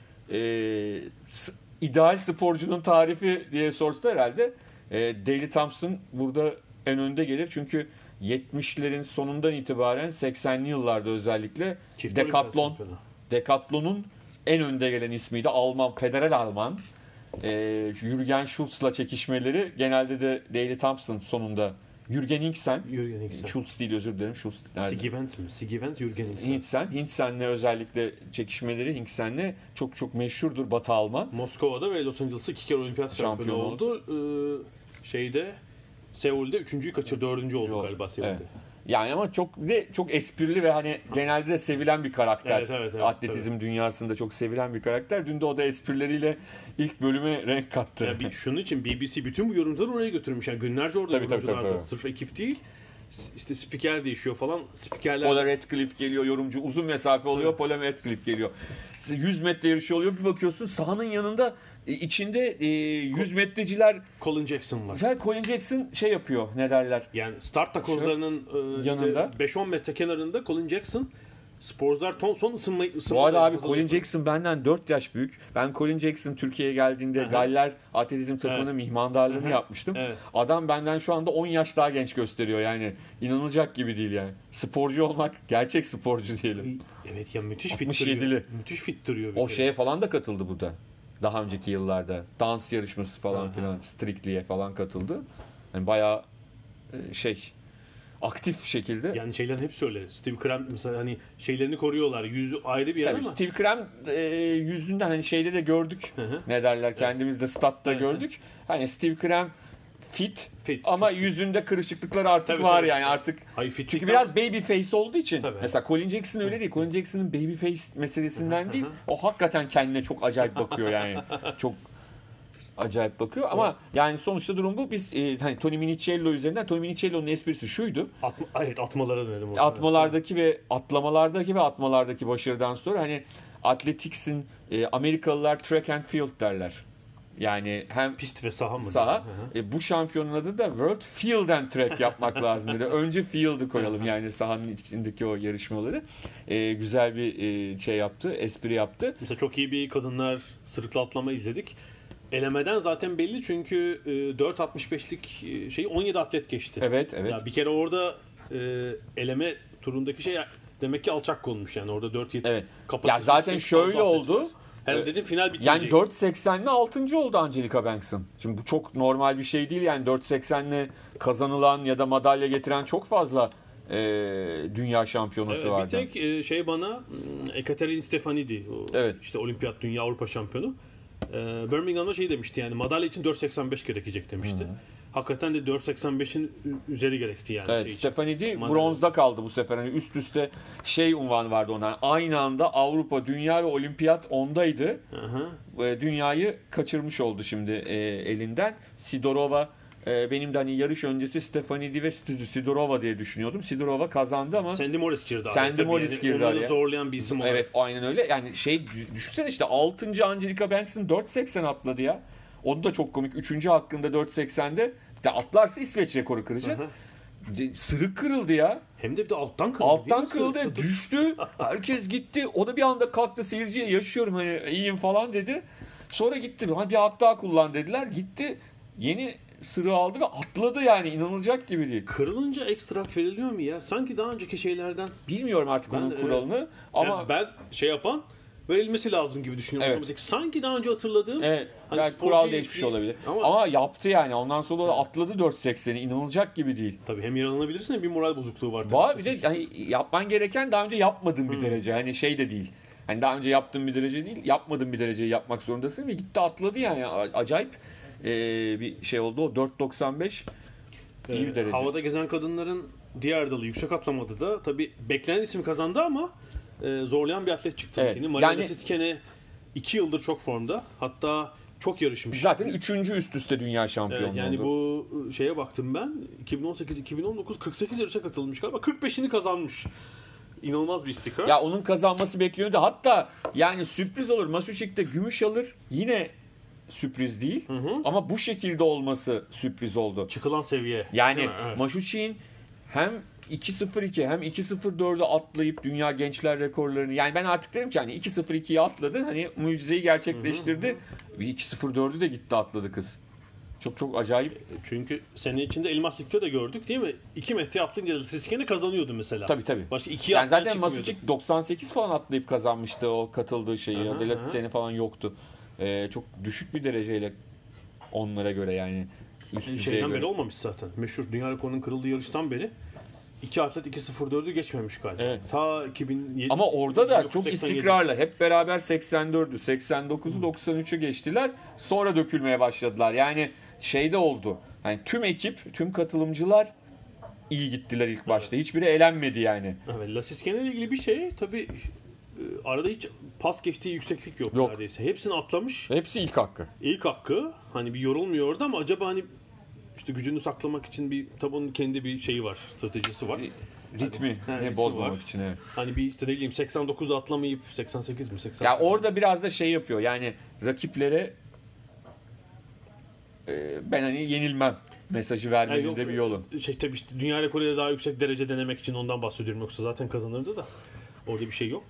Speaker 3: ideal sporcunun tarifi diye sorsa herhalde Daily Thompson burada en önde gelir. Çünkü 70'lerin sonundan itibaren 80'li yıllarda özellikle
Speaker 2: Çift
Speaker 3: Decathlon'un en önde gelen ismiydi. Alman, federal Alman. Jürgen Schultz'la çekişmeleri, genelde de Daley Thompson sonunda. Jürgen Hintsen. Schultz değil, özür dilerim. Schultz nerede?
Speaker 2: Sigivent, Jürgen
Speaker 3: Hintsen'le özellikle çekişmeleri Hintsen'le çok çok meşhurdur Batı Alman.
Speaker 2: Moskova'da ve Los Angeles'ta 2 kere olimpiyat şampiyonu oldu. Seul'de 3.'yü kaçırdı, 4. oldu galiba Seul'de. Evet.
Speaker 3: Yani ama çok esprili ve hani genelde de sevilen bir karakter. Evet, atletizm dünyasında çok sevilen bir karakter. Dün de o da esprileriyle ilk bölüme renk kattı.
Speaker 2: Yani şunun için BBC bütün bu yorumcuları oraya götürmüş. Yani günlerce orada yorumcular da. Sırf ekip değil. İşte spiker değişiyor falan. Spikerler...
Speaker 3: Paula Radcliffe geliyor, yorumcu uzun mesafe oluyor. Evet. Paula Radcliffe geliyor. 100 metre yarışı oluyor. Bir bakıyorsun sahanın yanında içinde 100 metreciler,
Speaker 2: Colin Jackson var.
Speaker 3: Colin Jackson yapıyor, ne derler?
Speaker 2: Yani start takozlarının yanında 5-10 metre kenarında Colin Jackson, sporcular son ısınmayı.
Speaker 3: Bu arada abi Colin Jackson benden 4 yaş büyük. Ben Colin Jackson Türkiye'ye geldiğinde Galler Atletizm takımının mihmandarlığını yapmıştım. Evet. Adam benden şu anda 10 yaş daha genç gösteriyor yani. İnanılacak gibi değil yani. Sporcu olmak, gerçek sporcu diyelim.
Speaker 2: Evet ya, müthiş fit
Speaker 3: 67'li.
Speaker 2: duruyor. Müthiş fit duruyor.
Speaker 3: O şeye falan da katıldı burada. Daha önceki yıllarda dans yarışması falan filan, Strictly'ye falan katıldı. Yani bayağı aktif şekilde.
Speaker 2: Yani şeylerin hepsi öyle. Steve Cram mesela hani şeylerini koruyorlar. Yüzü ayrı bir yer ama.
Speaker 3: Steve Cram yüzünden hani şeyde de gördük. Ne derler, kendimiz de statta gördük. Hani Steve Cram fit ama yüzünde kırışıklıklar artık var yani artık. Çünkü biraz baby face olduğu için. Mesela Colin Jackson öyle değil. Colin Jackson'ın baby face meselesinden değil. O hakikaten kendine çok acayip bakıyor yani. Çok acayip bakıyor ama yani sonuçta durum bu. Biz hani Tony Minichiello üzerinden, Tony Minichiello'nun esprisi şuydu.
Speaker 2: Atmalara dönelim orada.
Speaker 3: Atlamalardaki ve atmalardaki başarıdan sonra hani atletiksin, Amerikalılar track and field derler. Yani hem
Speaker 2: pist ve saha mı?
Speaker 3: Saha. Bu şampiyonun adı da World Field and Track yapmak lazım dedi. Önce field'ı koyalım yani sahanın içindeki o yarışmaları. Güzel bir yaptı, espri yaptı.
Speaker 2: Mesela çok iyi bir kadınlar sırıkla atlama izledik. Elemeden zaten belli çünkü 4.65'lik 17 atlet geçti.
Speaker 3: Evet.
Speaker 2: Ya bir kere orada eleme turundaki demek ki alçak konmuş yani orada 4.7
Speaker 3: evet. Ya zaten şöyle oldu.
Speaker 2: Her dedim final bitecek.
Speaker 3: Yani 4.80'le 6. oldu Angelica Banks'ın. Şimdi bu çok normal bir şey değil yani 4.80'le kazanılan ya da madalya getiren çok fazla dünya şampiyonası vardı.
Speaker 2: Bir tek bana Ekaterina Stefanidi, işte olimpiyat, dünya, Avrupa şampiyonu. Birmingham'da demişti yani madalya için 4.85 gerekecek demişti. Hakikaten de 4.85'in üzeri gerekti yani.
Speaker 3: Evet, Stefanidi bronzda kaldı bu sefer. Hani üst üste unvanı vardı ona. Aynı anda Avrupa, dünya ve olimpiyat ondaydı. Dünyayı kaçırmış oldu şimdi elinden. Sidorova benim de hani yarış öncesi Stefanidi ve Sidorova diye düşünüyordum. Sidorova kazandı ama
Speaker 2: Sandy Morris girdi.
Speaker 3: Sandy Morris girdi.
Speaker 2: Onları zorlayan bir isim olarak.
Speaker 3: Evet, aynen öyle. Yani düşünsene işte 6. Angelica Banks'ın 4.80 atladı ya. O da çok komik. 3. hakkında 4.80'de de atlarsa İsveç rekoru kıracak. Sırık kırıldı ya.
Speaker 2: Hem de bir de alttan kırıldı.
Speaker 3: Alttan kırıldı. Düştü. Herkes gitti. O da bir anda kalktı, seyirciye yaşıyorum hani iyiyim falan dedi. Sonra gitti. Hani bir at daha kullan dediler. Gitti. Yeni sırığı aldı ve atladı yani. İnanılacak gibi değil.
Speaker 2: Kırılınca ekstra veriliyor mu ya? Sanki daha önceki şeylerden.
Speaker 3: Bilmiyorum artık onun kuralını. Ama
Speaker 2: yani ben yapan verilmesi lazım gibi düşünüyorum. Evet. Sanki daha önce hatırladığım.
Speaker 3: Evet. Hani kural değişmiş olabilir. Ama yaptı yani. Ondan sonra da atladı 4.80'i. İnanılacak gibi değil.
Speaker 2: Tabii hem yaralanabilirsin hem bir moral bozukluğu var.
Speaker 3: Var bir de yani yapman gereken daha önce yapmadığın bir derece. Hani de değil. Hani daha önce yaptığın bir derece değil. Yapmadığın bir dereceyi yapmak zorundasın ve gitti atladı yani. Acayip bir oldu. O 4.95 iyi bir derece.
Speaker 2: Havada gezen kadınların diğer dalı yüksek atlamada da tabii beklenen isim kazandı ama zorlayan bir atlet çıktı.
Speaker 3: Evet.
Speaker 2: Mariana Sitkene 2 yıldır çok formda. Hatta çok yarışmış.
Speaker 3: Zaten 3. üst üste dünya şampiyonu oldu.
Speaker 2: Yani bu baktım ben. 2018-2019 48 yarışa katılmış galiba. 45'ini kazanmış. İnanılmaz bir istikrar.
Speaker 3: Ya onun kazanması bekleniyordu. Hatta yani sürpriz olur. Masucik'te gümüş alır. Yine sürpriz değil. Ama bu şekilde olması sürpriz oldu.
Speaker 2: Çıkılan seviye.
Speaker 3: Yani Masucik'in hem 2.02 hem 2.04'ü atlayıp dünya gençler rekorlarını, yani ben artık derim ki hani 2.02'yi atladı, hani mucizeyi gerçekleştirdi. 2.04'ü de gitti atladı kız. Çok çok acayip.
Speaker 2: Çünkü sene içinde Elmaslik'te de gördük değil mi? 2 metre atlayınca Lasiskeni kazanıyordu mesela.
Speaker 3: Tabii.
Speaker 2: Başka 2
Speaker 3: yani zaten Masucci 98 falan atlayıp kazanmıştı o katıldığı şeyi. Lasiskeni falan yoktu. Çok düşük bir dereceyle onlara göre yani.
Speaker 2: Şeyden beri olmamış zaten. Meşhur dünya rekorunun kırıldığı yarıştan beri 2 atlet 2.04'ü geçmemiş galiba.
Speaker 3: Evet.
Speaker 2: Ta 2007.
Speaker 3: Ama orada da çok
Speaker 2: 1987.
Speaker 3: istikrarlı. Hep beraber 84'ü, 89'u, 93'ü geçtiler. Sonra dökülmeye başladılar. Yani şey de oldu. Yani tüm ekip, tüm katılımcılar iyi gittiler ilk başta. Hiçbiri elenmedi yani.
Speaker 2: Evet, Lasiskeni ile ilgili bir şey tabii arada hiç pas geçtiği yükseklik yok neredeyse. Hepsini atlamış.
Speaker 3: Hepsi ilk hakkı.
Speaker 2: İlk hakkı. Hani bir yorulmuyor orada ama acaba hani işte gücünü saklamak için tabii onun kendi bir şeyi var, stratejisi var.
Speaker 3: Ritmi bozmamak için. Evet.
Speaker 2: Hani bir işte ne bileyim 89'da atlamayıp 88 mi 88.
Speaker 3: Ya orada biraz da şey yapıyor. Yani rakiplere ben hani yenilmem mesajı vermenin de bir yolu.
Speaker 2: Tabii işte dünya rekoruyla daha yüksek derece denemek için ondan bahsediyorum, yoksa zaten kazanırdı da. Orada bir şey yok.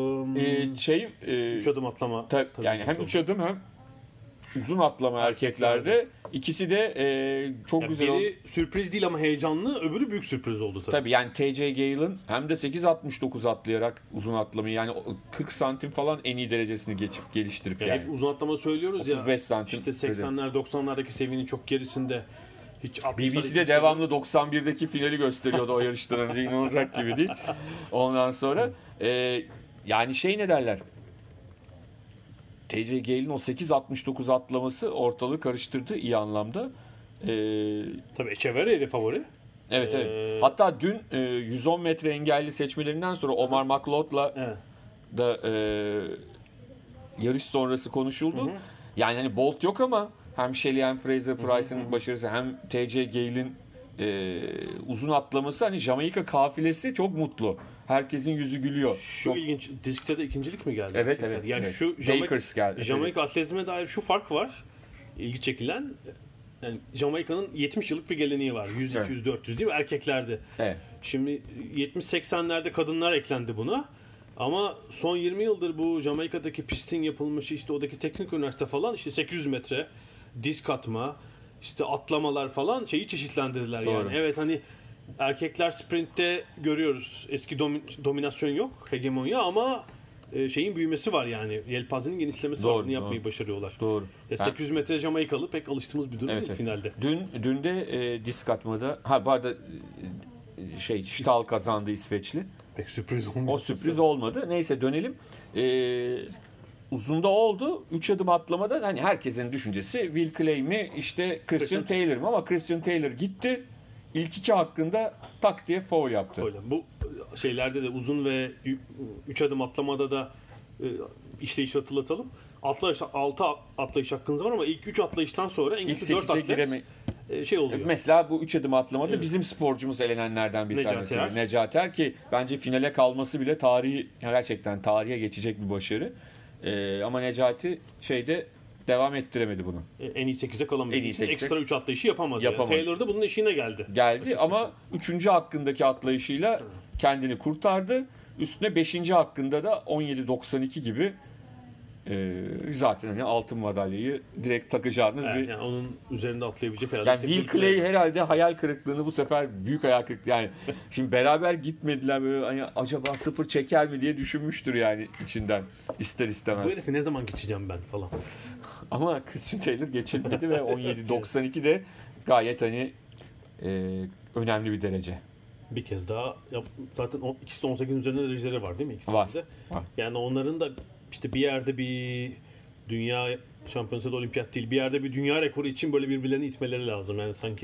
Speaker 2: 3 adım atlama.
Speaker 3: Tabii yani hem 3 adım hem uzun atlama erkeklerde. İkisi de çok güzel oldu.
Speaker 2: Biri sürpriz değil ama heyecanlı, öbürü büyük sürpriz oldu tabii.
Speaker 3: Tabii yani T.J. Gale'ın hem de 8.69 atlayarak uzun atlamayı, yani 40 santim falan en iyi derecesini geliştirip yani.
Speaker 2: Hep uzun atlama söylüyoruz
Speaker 3: 35
Speaker 2: ya.
Speaker 3: santim.
Speaker 2: İşte 80'ler 90'lardaki seviyenin çok gerisinde. Hiç
Speaker 3: BBC'de devamlı 91'deki finali gösteriyordu o yarıştan önce, inanılacak gibi değil. Ondan sonra yani ne derler? T.J. Gale'in o 8.69 atlaması ortalığı karıştırdı iyi anlamda.
Speaker 2: Tabii Echeverry'de favori.
Speaker 3: Evet. Hatta dün 110 metre engelli seçmelerinden sonra Omar McLeod'la da yarış sonrası konuşuldu. Yani hani Bolt yok ama hem Shelley hem Fraser Price'ın başarısı hem T.J. Gale'in uzun atlaması, hani Jamaika kafilesi çok mutlu. Herkesin yüzü gülüyor.
Speaker 2: Şu ilginç, diskte de ikincilik mi geldi?
Speaker 3: Evet.
Speaker 2: Yani
Speaker 3: evet.
Speaker 2: şu
Speaker 3: Bakers geldi.
Speaker 2: Jamaika atletizme dair şu fark var. İlgi çekilen. Yani Jamaika'nın 70 yıllık bir geleneği var. 100, 200, 400 değil mi? Erkeklerde.
Speaker 3: Evet.
Speaker 2: Şimdi 70-80'lerde kadınlar eklendi buna. Ama son 20 yıldır bu Jamaika'daki pistin yapılmışı, işte oradaki teknik üniversite falan, işte 800 metre disk atma, işte atlamalar falan şeyi çeşitlendirdiler.
Speaker 3: Doğru.
Speaker 2: Yani. Evet, hani erkekler sprintte görüyoruz. Eski dominasyon yok, hegemonya, ama şeyin büyümesi var yani. Yelpazenin genişlemesi var. Bunu yapmayı başarıyorlar.
Speaker 3: Doğru.
Speaker 2: 800 metre Jamaikalı pek alıştığımız bir durum değil finalde.
Speaker 3: Dün de disk atmada bu arada Stahl kazandı, İsveçli.
Speaker 2: Pek sürpriz olmadı.
Speaker 3: O sürpriz olmadı. Neyse dönelim. Uzunda oldu. 3 adım atlamada hani herkesin düşüncesi Will Clay mi işte Christian Taylor mı, ama Christian Taylor gitti. İlk 2 hakkında tak diye foul yaptı.
Speaker 2: Öyle. Bu şeylerde de uzun ve 3 adım atlamada da işleyişi hatırlatalım. 6 atlayış hakkınız var ama ilk 3 atlayıştan sonra en kötü 4 atlet oluyor.
Speaker 3: Mesela bu 3 adım atlamada bizim sporcumuz elenenlerden bir tanesi. Necati Er, ki bence finale kalması bile gerçekten tarihe geçecek bir başarı. Ama Necati devam ettiremedi bunu.
Speaker 2: En iyi 8'e kalamadı. Ekstra 3 atlayışı yapamadı. Yani. Taylor da bunun eşiğine geldi.
Speaker 3: Ama 3. hakkındaki atlayışıyla kendini kurtardı. Üstüne 5. hakkında da 17.92 gibi zaten hani altın madalyayı direkt takacağınız bir...
Speaker 2: Yani onun üzerinde atlayabilecek herhalde.
Speaker 3: Yani Will Clay herhalde hayal kırıklığını bu sefer büyük hayal kırıklığı. Yani şimdi beraber gitmediler, böyle hani acaba 0 çeker mi diye düşünmüştür yani içinden ister istemez.
Speaker 2: Bu herifi ne zaman geçeceğim ben falan.
Speaker 3: Ama Christian Taylor geçilmedi ve 17.92 de gayet hani önemli bir derece.
Speaker 2: Bir kez daha zaten ikisi de 18'in üzerinde dereceleri var değil mi?
Speaker 3: Var.
Speaker 2: Yani onların da işte bir yerde bir dünya şampiyonası da olimpiyat değil, bir yerde bir dünya rekoru için böyle birbirlerini itmeleri lazım. Yani sanki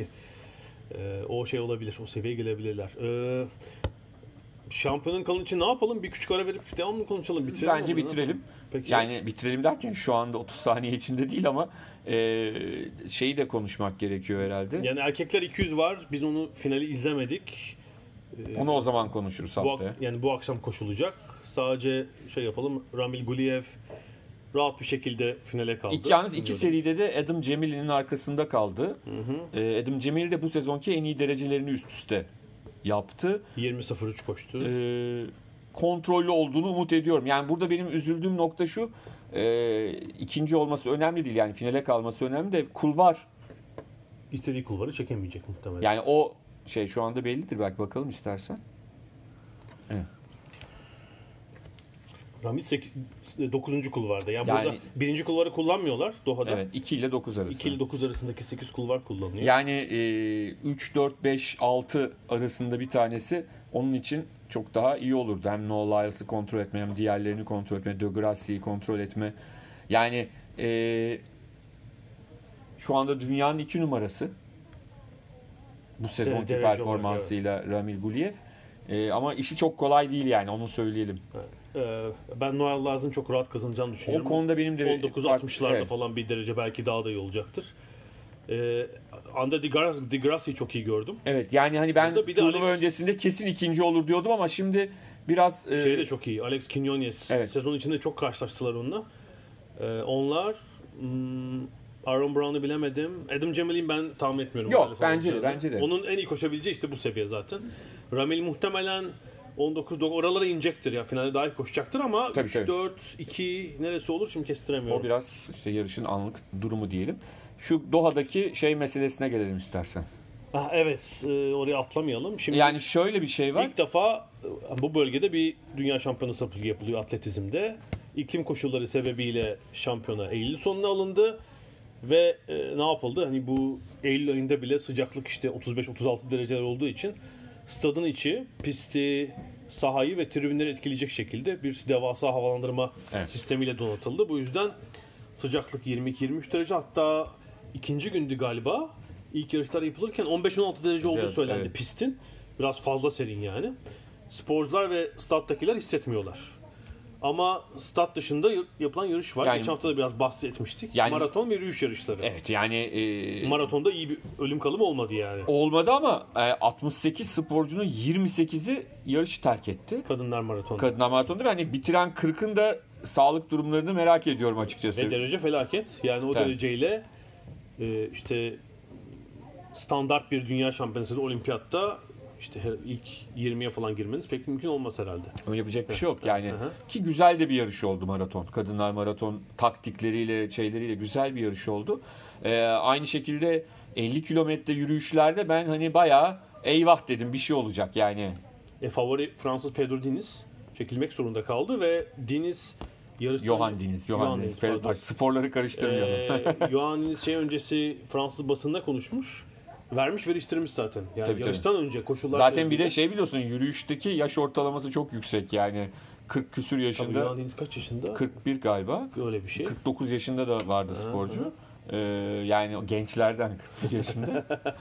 Speaker 2: o olabilir, o seviyeye gelebilirler. Şampiyonun kalan için ne yapalım? Bir küçük ara verip devamlı konuşalım. Bitirelim.
Speaker 3: Bence bitirelim. Peki. Yani bitirelim derken şu anda 30 saniye içinde değil ama şeyi de konuşmak gerekiyor herhalde.
Speaker 2: Yani erkekler 200 var. Biz onu finali izlemedik.
Speaker 3: Onu o zaman konuşuruz haftaya.
Speaker 2: Yani bu akşam koşulacak. Sadece yapalım. Ramil Guliyev rahat bir şekilde finale kaldı.
Speaker 3: Yalnız iki seride de Adam Cemili'nin arkasında kaldı. Adam Cemili de bu sezonki en iyi derecelerini üst üste yaptı.
Speaker 2: 20.03 koştu.
Speaker 3: Kontrollü olduğunu umut ediyorum. Yani burada benim üzüldüğüm nokta şu. İkinci olması önemli değil. Yani finale kalması önemli de kulvar
Speaker 2: istediği kulvarı çekemeyecek muhtemelen.
Speaker 3: Yani o şey şu anda bellidir. Belki bakalım istersen. Evet.
Speaker 2: Ramil 9. kulvarda. Yani
Speaker 3: Yani-
Speaker 2: burada 1. kulvarı kullanmıyorlar Doha'da.
Speaker 3: Evet, 2 ile 9 arası.
Speaker 2: 2 ile 9 arasındaki 8 kulvar kullanılıyor.
Speaker 3: Yani 3, 4, 5, 6 arasında bir tanesi onun için çok daha iyi olurdu. Hem Noah Lyles'ı kontrol etme, hem diğerlerini kontrol etme, De Grassi'yi kontrol etme. Yani şu anda dünyanın 2 numarası bu sezonki
Speaker 2: derece
Speaker 3: performansıyla Ramil Guliev. Ama işi çok kolay değil yani, onu söyleyelim.
Speaker 2: Ben Noah Lyles'ın çok rahat kazanacağını düşünüyorum.
Speaker 3: O konuda benim de
Speaker 2: 19-60'larda
Speaker 3: evet.
Speaker 2: falan bir derece belki daha da iyi olacaktır. Anda De Grassi'yi çok iyi gördüm.
Speaker 3: Evet, yani hani ben
Speaker 2: Burada bir de
Speaker 3: turnuva
Speaker 2: Alex-
Speaker 3: öncesinde kesin ikinci olur diyordum ama şimdi biraz
Speaker 2: Şey de çok iyi. Alex Quinones.
Speaker 3: Evet.
Speaker 2: Sezon içinde çok karşılaştılar onunla. Onlar Aaron Brown'u bilemedim. Adam Jamal'in ben tahmin etmiyorum.
Speaker 3: Yok,
Speaker 2: Muhalefet
Speaker 3: bence de,
Speaker 2: olacağını.
Speaker 3: bence de.
Speaker 2: Onun en iyi koşabileceği işte bu seviye zaten. Ramil muhtemelen 19 oralara inecektir ya. Finalde daha iyi koşacaktır ama
Speaker 3: Tabii,
Speaker 2: 3
Speaker 3: tabii.
Speaker 2: 4 2 neresi olur şimdi kestiremiyorum.
Speaker 3: o biraz işte yarışın anlık durumu diyelim. Şu Doha'daki şey meselesine gelelim istersen.
Speaker 2: Evet, oraya atlamayalım. Şimdi
Speaker 3: Yani şöyle bir şey var.
Speaker 2: İlk defa bu bölgede bir dünya şampiyonası yapılıyor atletizmde. İklim koşulları sebebiyle şampiyona Eylül sonuna alındı ve ne yapıldı? Hani bu Eylül ayında bile sıcaklık işte 35-36 dereceler olduğu için stadın içi pisti, sahayı ve tribünleri etkileyecek şekilde bir devasa havalandırma
Speaker 3: Evet.
Speaker 2: sistemiyle donatıldı. Bu yüzden sıcaklık 22-23 derece, hatta ikinci gündü galiba. İlk yarışlar yapılırken 15-16 derece olduğu
Speaker 3: Evet,
Speaker 2: söylendi
Speaker 3: evet.
Speaker 2: pistin. Biraz fazla serin yani. Sporcular ve stat'takiler hissetmiyorlar. Ama stat dışında yapılan yarış var.
Speaker 3: Yani-
Speaker 2: Geçen hafta da biraz bahsetmiştik.
Speaker 3: Yani-
Speaker 2: Maraton ve yürüyüş yarışları.
Speaker 3: Evet, yani
Speaker 2: Maratonda iyi bir ölüm kalım olmadı yani.
Speaker 3: olmadı ama 68 sporcunun 28'i yarışı terk etti.
Speaker 2: Kadınlar maratonu.
Speaker 3: Kadınlar maratonda ve hani bitiren 40'ın da sağlık durumlarını merak ediyorum açıkçası.
Speaker 2: Ve derece felaket. Yani o
Speaker 3: Tabii.
Speaker 2: dereceyle işte standart bir dünya şampiyonası olimpiyatta işte ilk 20'ye falan girmeniz pek mümkün olmaz herhalde.
Speaker 3: Ama yapacak bir şey yok yani.
Speaker 2: Hı.
Speaker 3: Ki güzel de bir yarış oldu maraton. Kadınlar maraton taktikleriyle, şeyleriyle güzel bir yarış oldu. Aynı şekilde 50 kilometre yürüyüşlerde ben hani bayağı eyvah dedim, bir şey olacak yani.
Speaker 2: Favori Fransız Pedro Diniz çekilmek zorunda kaldı ve Diniz yarıştan...
Speaker 3: Johan Diniz,
Speaker 2: pardon.
Speaker 3: sporları karıştırmayalım.
Speaker 2: Johan Diniz şey öncesi Fransız basında konuşmuş. Vermiş veriştirmiş zaten. Yani
Speaker 3: Tabii,
Speaker 2: yarıştan önce koşullar...
Speaker 3: Zaten bir de şey biliyorsun, yürüyüşteki yaş ortalaması çok yüksek yani. 40 küsür
Speaker 2: Tabii
Speaker 3: yaşında.
Speaker 2: Johan Diniz kaç yaşında?
Speaker 3: 41 galiba.
Speaker 2: Öyle bir şey.
Speaker 3: 49 yaşında da vardı sporcu. Yani o gençlerden 41 yaşında.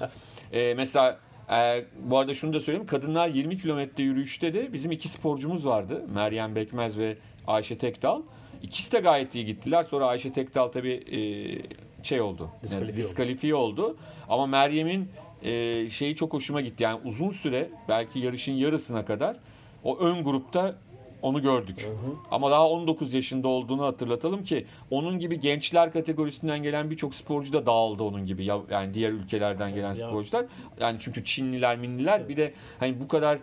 Speaker 3: Mesela bu arada şunu da söyleyeyim. Kadınlar 20 kilometre yürüyüşte de bizim iki sporcumuz vardı. Meryem Bekmez ve Ayşe Tekdal. İkisi de gayet iyi gittiler. Sonra Ayşe Tekdal tabii şey oldu. Diskalifiye oldu. Ama Meryem'in şeyi çok hoşuma gitti. Yani uzun süre, belki yarışın yarısına kadar o ön grupta onu gördük. Ama daha 19 yaşında olduğunu hatırlatalım ki onun gibi gençler kategorisinden gelen birçok sporcu da dağıldı onun gibi. Yani diğer ülkelerden gelen sporcular. Yani çünkü Çinliler, Minliler, bir de hani bu kadar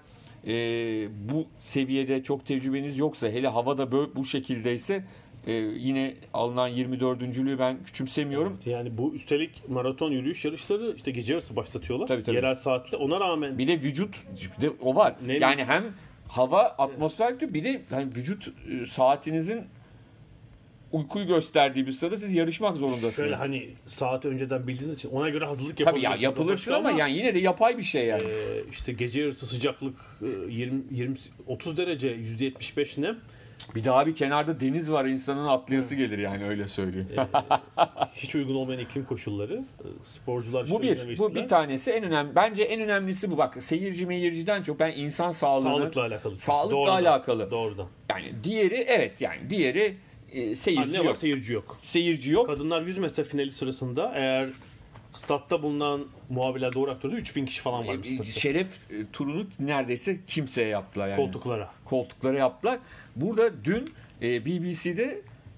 Speaker 3: bu seviyede çok tecrübeniz yoksa, hele havada böyle bu şekildeyse yine alınan 24.lüğü ben küçümsemiyorum.
Speaker 2: Evet, yani bu üstelik maraton yürüyüş yarışları işte gece yarısı başlatıyorlar.
Speaker 3: Tabii.
Speaker 2: Yerel saatle. Ona rağmen
Speaker 3: Bir de vücut, bir de o var.
Speaker 2: Ne-
Speaker 3: Yani hem hava, atmosfer diyor, bir de hani vücut saatinizin uykuyu gösterdiği bir sırada siz yarışmak zorundasınız.
Speaker 2: şöyle hani saat önceden bildiğiniz için ona göre hazırlık
Speaker 3: Tabii ya,
Speaker 2: yapabilirsiniz.
Speaker 3: yapılırsın ama yani yine de yapay bir şey yani.
Speaker 2: işte gece yarısı sıcaklık 30 derece, %75 nem.
Speaker 3: Bir daha bir kenarda deniz var, insanın atlayası gelir yani, öyle söyleyeyim.
Speaker 2: Hiç uygun olmayan iklim koşulları. Sporcular işte
Speaker 3: Bu bir tanesi, en önemli. Bence en önemlisi bu. Bak, seyirci meyirciden çok ben insan sağlığını,
Speaker 2: sağlıkla alakalı.
Speaker 3: sağlıkla alakalı.
Speaker 2: Doğrudan.
Speaker 3: Yani diğeri seyirci
Speaker 2: Anne
Speaker 3: yok.
Speaker 2: var, seyirci yok.
Speaker 3: Seyirci yok.
Speaker 2: Kadınlar 100 metre finali sırasında eğer statta bulunan muhabirler doğru aktardı 3000 kişi falan var statta.
Speaker 3: Şeref turunu neredeyse kimseye yaptılar yani. Koltuklara yaptılar. Burada dün BBC'de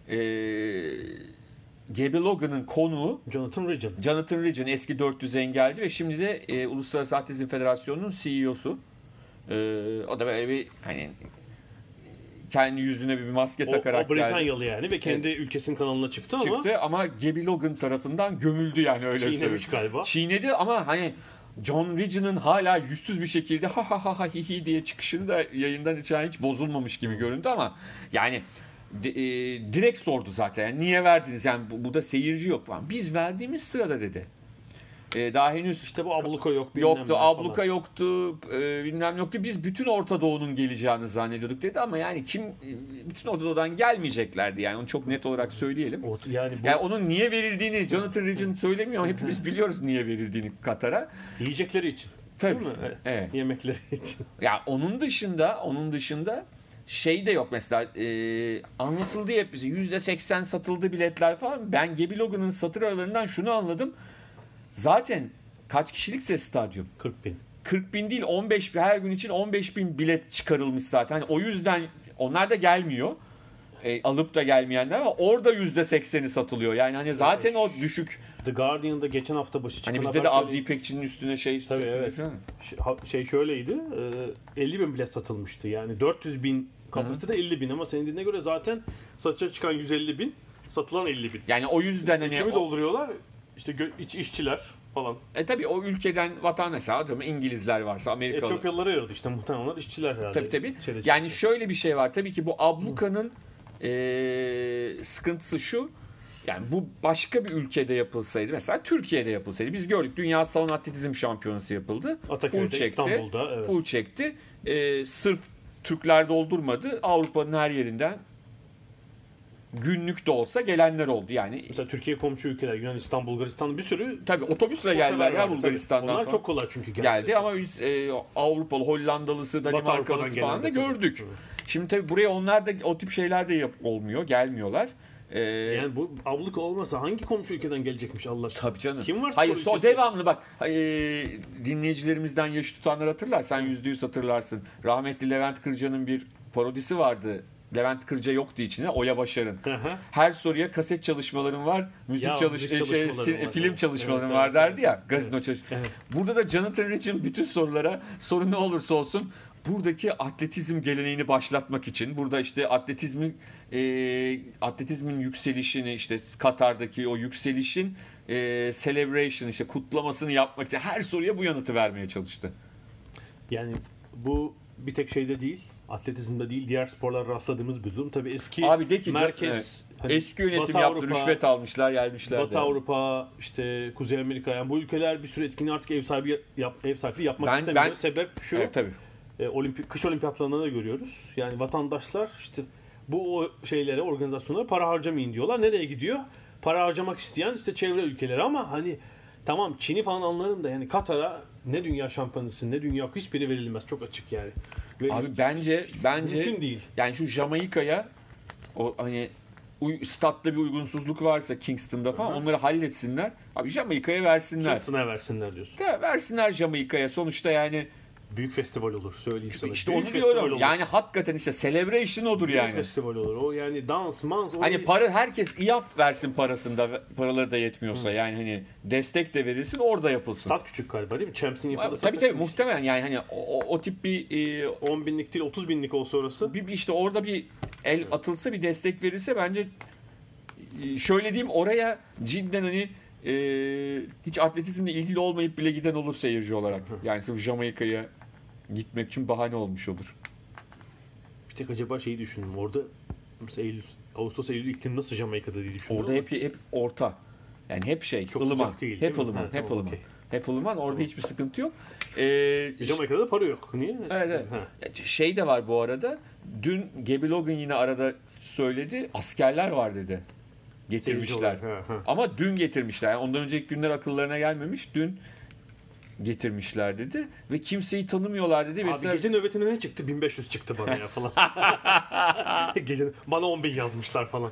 Speaker 3: Gabe Logan'ın konuğu Jonathan Ridgen, eski 400 engelci ve şimdi de Uluslararası Atletizm Federasyonu'nun CEO'su. O da böyle bir hani kendi yüzüne bir maske takarak
Speaker 2: geldi. O Britanyalı yani ve kendi ülkesinin kanalına çıktı ama.
Speaker 3: Çıktı ama Gabby Logan tarafından gömüldü yani öyle söyleyeyim.
Speaker 2: Çiğnemiş galiba.
Speaker 3: Çiğnedi ama hani John Regan'ın hala yüzsüz bir şekilde ha ha ha ha hi hi diye çıkışını da yayından içeri hiç bozulmamış gibi göründü ama yani direkt sordu zaten. Yani niye verdiniz? Yani bu da seyirci yok falan. Biz verdiğimiz sırada dedi. Daha henüz
Speaker 2: işte bu abluka
Speaker 3: yoktu, abluka falan yoktu, bilmem yoktu. Biz bütün Orta Doğu'nun geleceğini zannediyorduk dedi ama yani bütün Orta Doğu'dan gelmeyeceklerdi yani onu çok net olarak söyleyelim. Yani onun niye verildiğini Jonathan Regan söylemiyor ama hepimiz biliyoruz niye verildiğini Katar'a.
Speaker 2: Yiyecekleri için.
Speaker 3: Tabii.
Speaker 2: Değil mi?
Speaker 3: Evet.
Speaker 2: Yemekleri için.
Speaker 3: Ya onun dışında şey de yok mesela anlatıldı hep bize %80 satıldı biletler falan. Ben Gabby Logan'ın satır aralarından şunu anladım. Zaten kaç kişilikse stadyum?
Speaker 2: 40 bin.
Speaker 3: 40 bin değil 15 bin, her gün için 15 bin bilet çıkarılmış zaten. O yüzden onlar da gelmiyor. Alıp da gelmeyenler var. Orada %80'i satılıyor. Yani hani zaten o düşük.
Speaker 2: The Guardian'da geçen hafta başı çıkan
Speaker 3: hani bizde de Abdi İpekçi'nin üstüne
Speaker 2: tabii evet. Şey şöyleydi. 50 bin bilet satılmıştı. Yani 400 bin kapasitede 50 bin ama senin dediğine göre zaten satışa çıkan 150 bin, satılan 50 bin.
Speaker 3: Yani o yüzden hani
Speaker 2: kimi dolduruyorlar? İşte işçiler falan.
Speaker 3: Tabii o ülkeden vatandaşlar, adamı İngilizler varsa, Amerikalı.
Speaker 2: Etiyopyalılara yaradı işte muhtemelen onlar işçiler herhalde.
Speaker 3: Tabii. Yani şöyle bir şey var. Tabii ki bu ablukanın sıkıntısı şu. Yani bu başka bir ülkede yapılsaydı, mesela Türkiye'de yapılsaydı, biz gördük Dünya Salon Atletizm Şampiyonası yapıldı.
Speaker 2: Ataköy'de, İstanbul'da. Evet.
Speaker 3: Full çekti. Sırf Türkler doldurmadı. Avrupa'nın her yerinden günlük de olsa gelenler oldu. Yani
Speaker 2: mesela Türkiye komşu ülkeler, Yunanistan, Bulgaristan bir sürü
Speaker 3: tabii otobüsle geldiler ya Bulgaristan'dan
Speaker 2: onlar
Speaker 3: falan.
Speaker 2: çok kolay çünkü
Speaker 3: geldi ama biz Avrupalı, Hollandalısı, Danimarkalısı falan da gördük. Şimdi tabii buraya onlar da o tip şeyler de olmuyor, gelmiyorlar.
Speaker 2: Yani bu abluka olmasa hangi komşu ülkeden gelecekmiş Allah aşkına?
Speaker 3: Tabii canım.
Speaker 2: Kim var?
Speaker 3: Hayır, devamlı bak dinleyicilerimizden yaş tutanlar hatırlar. Sen %100 hatırlarsın. Rahmetli Levent Kırca'nın bir parodisi vardı. Levent Kırca yoktu içine. Oya Başar'ın. Her soruya kaset çalışmalarım var, film çalışmalarım var derdi ya. Gazino çalışmaları. Burada da Jonathan Regan bütün sorulara soru ne olursa olsun buradaki atletizm geleneğini başlatmak için, burada işte atletizmin yükselişini, işte Katar'daki o yükselişin celebration, işte kutlamasını yapmak için her soruya bu yanıtı vermeye çalıştı.
Speaker 2: Yani bu bir tek şeyde değil, atletizmde değil, diğer sporlarda rastladığımız bir durum. Tabii eski
Speaker 3: abi de ki,
Speaker 2: merkez,
Speaker 3: evet. Hani eski yönetim yaptı, rüşvet almışlar, gelmişler.
Speaker 2: Batı Avrupa, işte Kuzey Amerika, yani bu ülkeler bir süre etkinliği artık ev sahipliği yapmak istemiyor. Sebep şu.
Speaker 3: Evet, tabii.
Speaker 2: Kış olimpiyatlarında da görüyoruz. Yani vatandaşlar işte bu şeylere, organizasyonlara para harcamayın diyorlar. Nereye gidiyor? Para harcamak isteyen işte çevre ülkeleri ama hani tamam Çin'i falan anlarım da yani Katar'a ne dünya şampiyonası ne dünya hiçbiri verilmez. Çok açık yani.
Speaker 3: Abi bence
Speaker 2: mümkün değil.
Speaker 3: Yani şu Jamaika'ya o hani stat'ta bir uygunsuzluk varsa Kingston'da falan onları halletsinler. Abi Jamaika'ya versinler.
Speaker 2: Kingston'a versinler diyorsun.
Speaker 3: Ya versinler Jamaika'ya. Sonuçta yani
Speaker 2: büyük festival olur söyleyeyim sana.
Speaker 3: İşte onu diyorum. Yani hakikaten işte celebration odur
Speaker 2: büyük
Speaker 3: yani.
Speaker 2: Büyük festival olur. O yani dans.
Speaker 3: Hani herkes İAF versin paraları da yetmiyorsa yani hani destek de verilsin, orada yapılsın.
Speaker 2: Stat küçük galiba değil mi? Champs'in yapıldı.
Speaker 3: Tabii muhtemelen yani hani o tip bir
Speaker 2: 10 binlik değil 30 binlik olsa orası.
Speaker 3: İşte orada bir el atılsa, bir destek verilse bence şöyle diyeyim, oraya cidden hani hiç atletizmle ilgili olmayıp bile giden olur seyirci olarak. Yani sırf Jamaika'ya gitmek için bahane olmuş olur.
Speaker 2: Bir tek acaba şeyi düşündüm. Orada mesela Ağustos Eylül iklim nasıl Jamaika'da diye düşünüyorum.
Speaker 3: Orada hep orta. Yani hep
Speaker 2: çok
Speaker 3: ılıman.
Speaker 2: Sıcak değil,
Speaker 3: hep
Speaker 2: değil
Speaker 3: ılıman. Hep ılıman. Okay. Hep ılıman. Orada hiçbir sıkıntı yok.
Speaker 2: Jamaika'da da para yok. Niye?
Speaker 3: Evet. Şey de var bu arada. Dün Gabby Logan yine arada söyledi. Askerler var dedi. Getirmişler. Ama dün getirmişler. Yani ondan önceki günler akıllarına gelmemiş. Dün getirmişler dedi. Ve kimseyi tanımıyorlar dedi.
Speaker 2: Abi mesela gece nöbetine ne çıktı? 1500 çıktı bana ya falan. Gece bana 10.000 yazmışlar falan.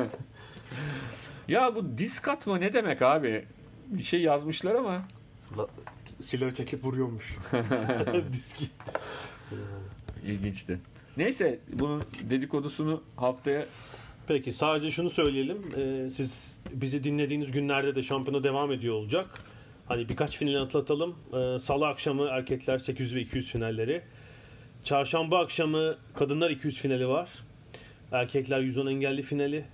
Speaker 3: Ya bu disk atma ne demek abi? Bir şey yazmışlar ama.
Speaker 2: Silahı çekip vuruyormuş. Diski.
Speaker 3: İlginçti. Neyse bunun dedikodusunu haftaya.
Speaker 2: Peki sadece şunu söyleyelim. Siz bizi dinlediğiniz günlerde de şampiyona devam ediyor olacak. Hani birkaç finali atlatalım. Salı akşamı erkekler 800 ve 200 finalleri. Çarşamba akşamı kadınlar 200 finali var. Erkekler 110 engelli finali.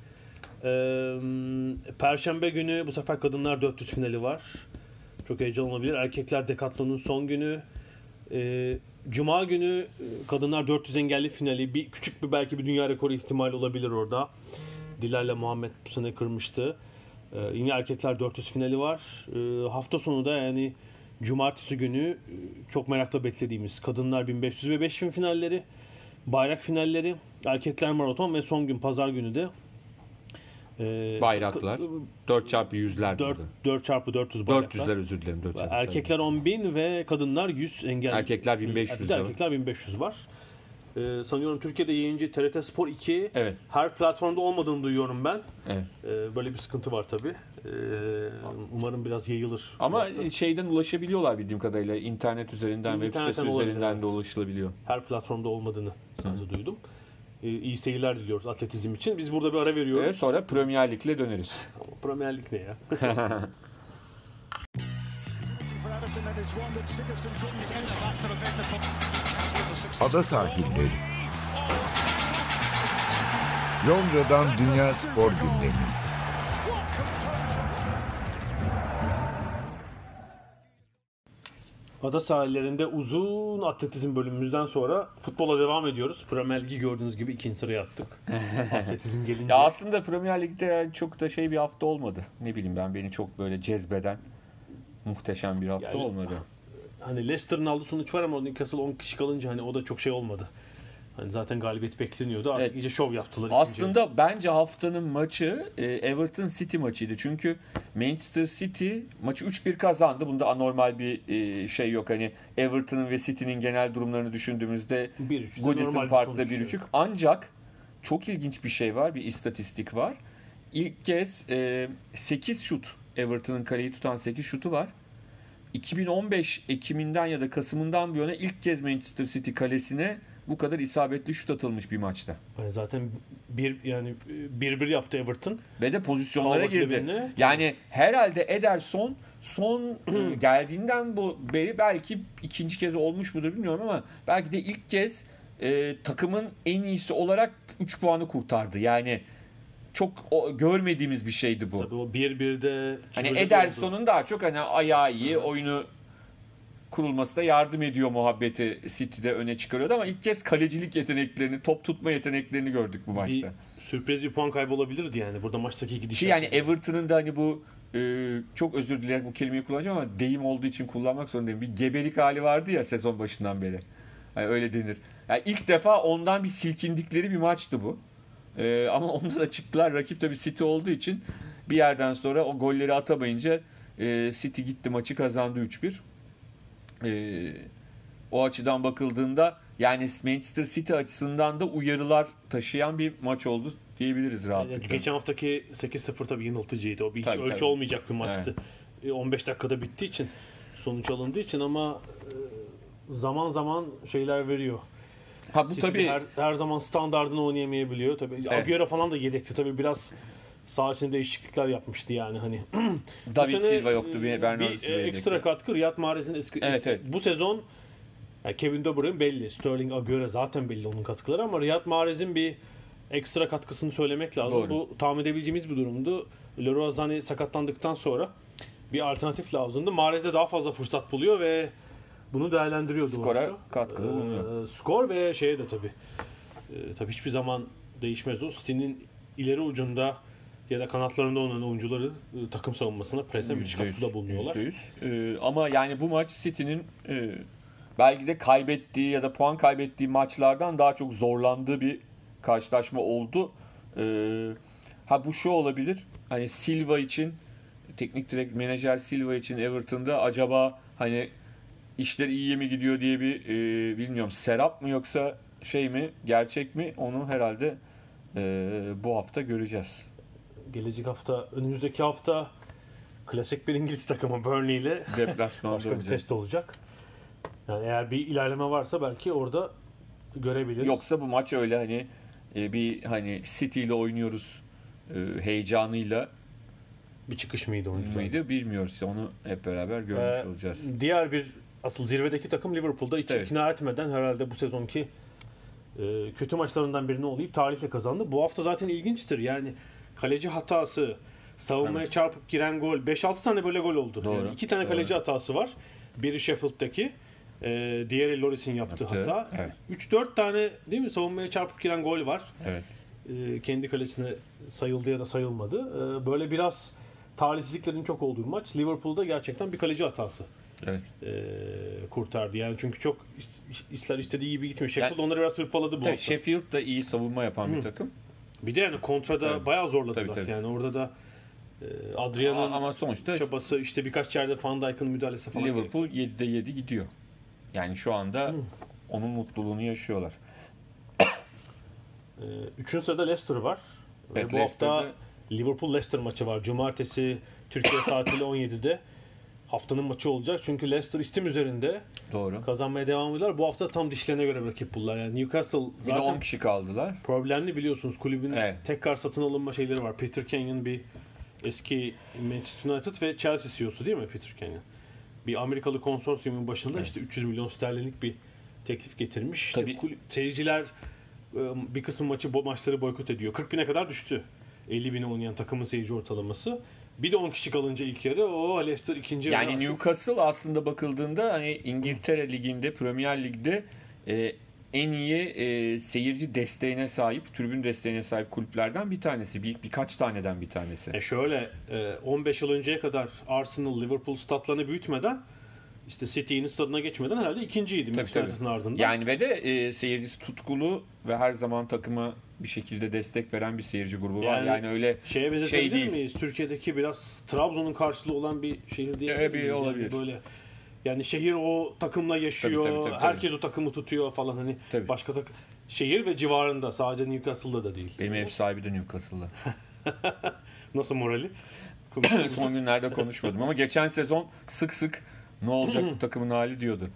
Speaker 2: Perşembe günü bu sefer kadınlar 400 finali var. Çok heyecan olabilir. Erkekler Decathlon'un son günü. Cuma günü kadınlar 400 engelli finali. Küçük bir belki bir dünya rekoru ihtimali olabilir orada. Dilar'la Muhammed bu sene kırmıştı. Yine erkekler 400 finali var. Hafta sonu da yani cumartesi günü çok merakla beklediğimiz kadınlar 1500 ve 5000 finalleri, bayrak finalleri, erkekler maraton ve son gün pazar günü de
Speaker 3: bayraklar 4x100'ler
Speaker 2: 4x400 bayraklar.
Speaker 3: 400'ler özür dilerim.
Speaker 2: Erkekler 10.000 ve kadınlar 100 engelli.
Speaker 3: Erkekler 1500.
Speaker 2: Erkekler 1500 var. Sanıyorum Türkiye'de yayıncı TRT Spor 2
Speaker 3: evet.
Speaker 2: her platformda olmadığını duyuyorum ben.
Speaker 3: Evet.
Speaker 2: Böyle bir sıkıntı var tabii. Umarım biraz yayılır.
Speaker 3: Ama şeyden ulaşabiliyorlar bildiğim kadarıyla. İnternet üzerinden, web sitesi üzerinden de ulaşılabiliyor.
Speaker 2: Her platformda olmadığını sadece duydum. İyi seyirler diliyoruz atletizm için. Biz burada bir ara veriyoruz.
Speaker 3: Evet, sonra Premier Lig'le döneriz.
Speaker 2: Ama Premier Lig ne ya?
Speaker 1: Ada sahilleri. Londra'dan Dünya Spor Gündemi.
Speaker 2: Ada sahillerinde uzun atletizm bölümümüzden sonra futbola devam ediyoruz. Premier Ligi gördüğünüz gibi ikinci sıraya attık. Atletizm gelince.
Speaker 3: Ya aslında Premier Lig'de yani çok da bir hafta olmadı. Ne bileyim ben, beni çok böyle cezbeden muhteşem bir hafta yani, olmadı.
Speaker 2: Hani Leicester'ın aldığı sonuç var ama Newcastle 10 kişi kalınca hani o da çok olmadı. Hani zaten galibiyet bekleniyordu. Artık iyice şov yaptılar.
Speaker 3: Aslında bence haftanın maçı Everton City maçıydı. Çünkü Manchester City maçı 3-1 kazandı. Bunda anormal bir şey yok. Hani Everton'ın ve City'nin genel durumlarını düşündüğümüzde Goodison Park'ta 1-3. Ancak çok ilginç bir şey var. Bir istatistik var. İlk kez 8 şut, Everton'ın kaleyi tutan 8 şutu var. 2015 Ekim'inden ya da Kasım'ından bu yana ilk kez Manchester City kalesine bu kadar isabetli şut atılmış bir maçta.
Speaker 2: Yani zaten 1-1 yaptı Everton.
Speaker 3: Ve de pozisyonlara girdi. Yani herhalde Ederson son geldiğinden beri belki ikinci kez olmuş mudur bilmiyorum ama belki de ilk kez takımın en iyisi olarak 3 puanı kurtardı. Yani çok görmediğimiz bir şeydi bu.
Speaker 2: Tabii o 1-1'de
Speaker 3: hani Ederson'un daha çok hani ayağı iyi, oyunu kurulmasına yardım ediyor muhabbeti City'de öne çıkarıyordu ama ilk kez kalecilik yeteneklerini, top tutma yeteneklerini gördük bu maçta.
Speaker 2: Sürpriz bir puan kaybı olabilirdi yani burada maçtaki gidişat.
Speaker 3: Yani Everton'ın da hani bu çok özür dilerim bu kelimeyi kullanacağım ama deyim olduğu için kullanmak zorundayım. Bir gebelik hali vardı ya sezon başından beri. Yani öyle denir. Yani ilk defa ondan bir silkindikleri bir maçtı bu. Ama onda da çıktılar. Rakip tabii City olduğu için bir yerden sonra o golleri atamayınca City gitti maçı kazandı 3-1. O açıdan bakıldığında yani Manchester City açısından da uyarılar taşıyan bir maç oldu diyebiliriz rahatlıkla.
Speaker 2: Geçen haftaki 8-0 tabii yanıltıcıydı. O bir hiç ölçü olmayacak bir maçtı. Evet. 15 dakikada bittiği için, sonuç alındığı için ama zaman zaman şeyler veriyor.
Speaker 3: Ha bu tabii
Speaker 2: her zaman standardını oynayamayabiliyor. Tabii evet. Agüero falan da yedekti. Tabii biraz sağ içinde değişiklikler yapmıştı yani hani.
Speaker 3: David Silva yoktu, Bernardo Silva.
Speaker 2: Ekstra katkı Riyad Mahrez'in
Speaker 3: evet.
Speaker 2: Bu sezon yani Kevin De Bruyne belli. Sterling, Agüero zaten belli onun katkıları ama Riyad Mahrez'in bir ekstra katkısını söylemek lazım. Doğru. Bu tahmin edebileceğimiz bir durumdu. Leroy Sané sakatlandıktan sonra bir alternatif lazımdı. Mahrez de daha fazla fırsat buluyor ve bunu değerlendiriyordu.
Speaker 3: Skora katkıda bulunuyor.
Speaker 2: Skor ve şeye de tabii. Tabii hiçbir zaman değişmez o. City'nin ileri ucunda ya da kanatlarında olan oyuncuları takım savunmasına prese müthiş katkıda bulunuyorlar.
Speaker 3: Ama yani bu maç City'nin belki de kaybettiği ya da puan kaybettiği maçlardan daha çok zorlandığı bir karşılaşma oldu. Bu şu olabilir. Hani Silva için, teknik direkt menajer Silva için Everton'da acaba hani işler iyiye mi gidiyor diye bir bilmiyorum serap mı yoksa şey mi, gerçek mi, onu herhalde bu hafta göreceğiz.
Speaker 2: Gelecek hafta, önümüzdeki hafta klasik bir İngiliz takımı Burnley ile başka bir test olacak. Yani eğer bir ilerleme varsa belki orada görebiliriz.
Speaker 3: Yoksa bu maç öyle hani bir hani City ile oynuyoruz heyecanıyla
Speaker 2: bir çıkış mıydı oyuncular?
Speaker 3: Bilmiyoruz. Onu hep beraber görmüş olacağız.
Speaker 2: Diğer bir asıl zirvedeki takım Liverpool'da hiç ikna etmeden herhalde bu sezonki kötü maçlarından birini oynayıp tarihle kazandı. Bu hafta zaten ilginçtir. Yani kaleci hatası, savunmaya çarpıp giren gol, 5-6 tane böyle gol oldu.
Speaker 3: Doğru.
Speaker 2: Yani 2 tane kaleci hatası var. Biri Sheffield'daki, diğeri Loris'in yaptığı hata.
Speaker 3: Evet.
Speaker 2: 3-4 tane değil mi savunmaya çarpıp giren gol var.
Speaker 3: Evet.
Speaker 2: Kendi kalesine sayıldı ya da sayılmadı. Böyle biraz talihsizliklerin çok olduğu maç. Liverpool'da gerçekten bir kaleci hatası
Speaker 3: Evet.
Speaker 2: kurtardı. Yani çünkü çok işler istediği gibi gitmiyor. Sheffield
Speaker 3: Yani,
Speaker 2: onları biraz hırpaladı bu hafta.
Speaker 3: Sheffield da iyi savunma yapan bir takım.
Speaker 2: Bir de yani kontrada bayağı zorladılar.
Speaker 3: Tabii.
Speaker 2: Yani orada da Adrian'ın
Speaker 3: ama sonuçta
Speaker 2: çabası, işte birkaç yerde Van Dijk'ın müdahalesi falan.
Speaker 3: Liverpool 7'de 7 gidiyor. Yani şu anda onun mutluluğunu yaşıyorlar.
Speaker 2: 3. sırada Leicester var.
Speaker 3: Evet,
Speaker 2: Ve bu hafta Liverpool-Leicester maçı var. Cumartesi Türkiye saatiyle 17'de haftanın maçı olacak. Çünkü Leicester istim üzerinde.
Speaker 3: Doğru.
Speaker 2: Kazanmaya devam ediyorlar. Bu hafta tam dişlerine göre rakip buldular. Yani Newcastle
Speaker 3: Bir de 10
Speaker 2: zaten
Speaker 3: kişi kaldılar.
Speaker 2: problemli biliyorsunuz. Kulübün
Speaker 3: Evet.
Speaker 2: tekrar satın alınma şeyleri var. Peter Kenyon bir eski Manchester United ve Chelsea CEO'su değil mi Peter Kenyon? Bir Amerikalı konsorsiyumun başında işte 300 milyon sterlinlik bir teklif getirmiş. İşte
Speaker 3: Tabii.
Speaker 2: seyirciler bir kısım maçları boykot ediyor. 40 bine kadar düştü. 50 bine oynayan takımın seyirci ortalaması. Bir de 10 kişi kalınca ilk yarı Leicester ikinci yarı.
Speaker 3: Yani Newcastle aslında bakıldığında hani İngiltere Ligi'nde, Premier Lig'de en iyi seyirci desteğine sahip, tribün desteğine sahip kulüplerden bir tanesi. Birkaç taneden bir tanesi.
Speaker 2: Şöyle 15 yıl önceye kadar Arsenal, Liverpool statlarını büyütmeden işte City'nin stadına geçmeden herhalde ikinciydi Manchester'ın ardından.
Speaker 3: Yani ve de seyircisi tutkulu ve her zaman takıma bir şekilde destek veren bir seyirci grubu var. Yani öyle
Speaker 2: şeye benzetebilir
Speaker 3: değil.
Speaker 2: miyiz? Türkiye'deki biraz Trabzon'un karşılığı olan bir şehir diye
Speaker 3: bir olabilir.
Speaker 2: Yani böyle yani şehir o takımla yaşıyor.
Speaker 3: Tabii.
Speaker 2: Herkes o takımı tutuyor falan hani
Speaker 3: Tabii.
Speaker 2: başka şehir ve civarında, sadece Newcastle'da da değil.
Speaker 3: Benim ev sahibi de Newcastle'lı.
Speaker 2: Nasıl morali?
Speaker 3: Son günlerde konuşmadım ama geçen sezon sık ne olacak bu takımın hali diyordu.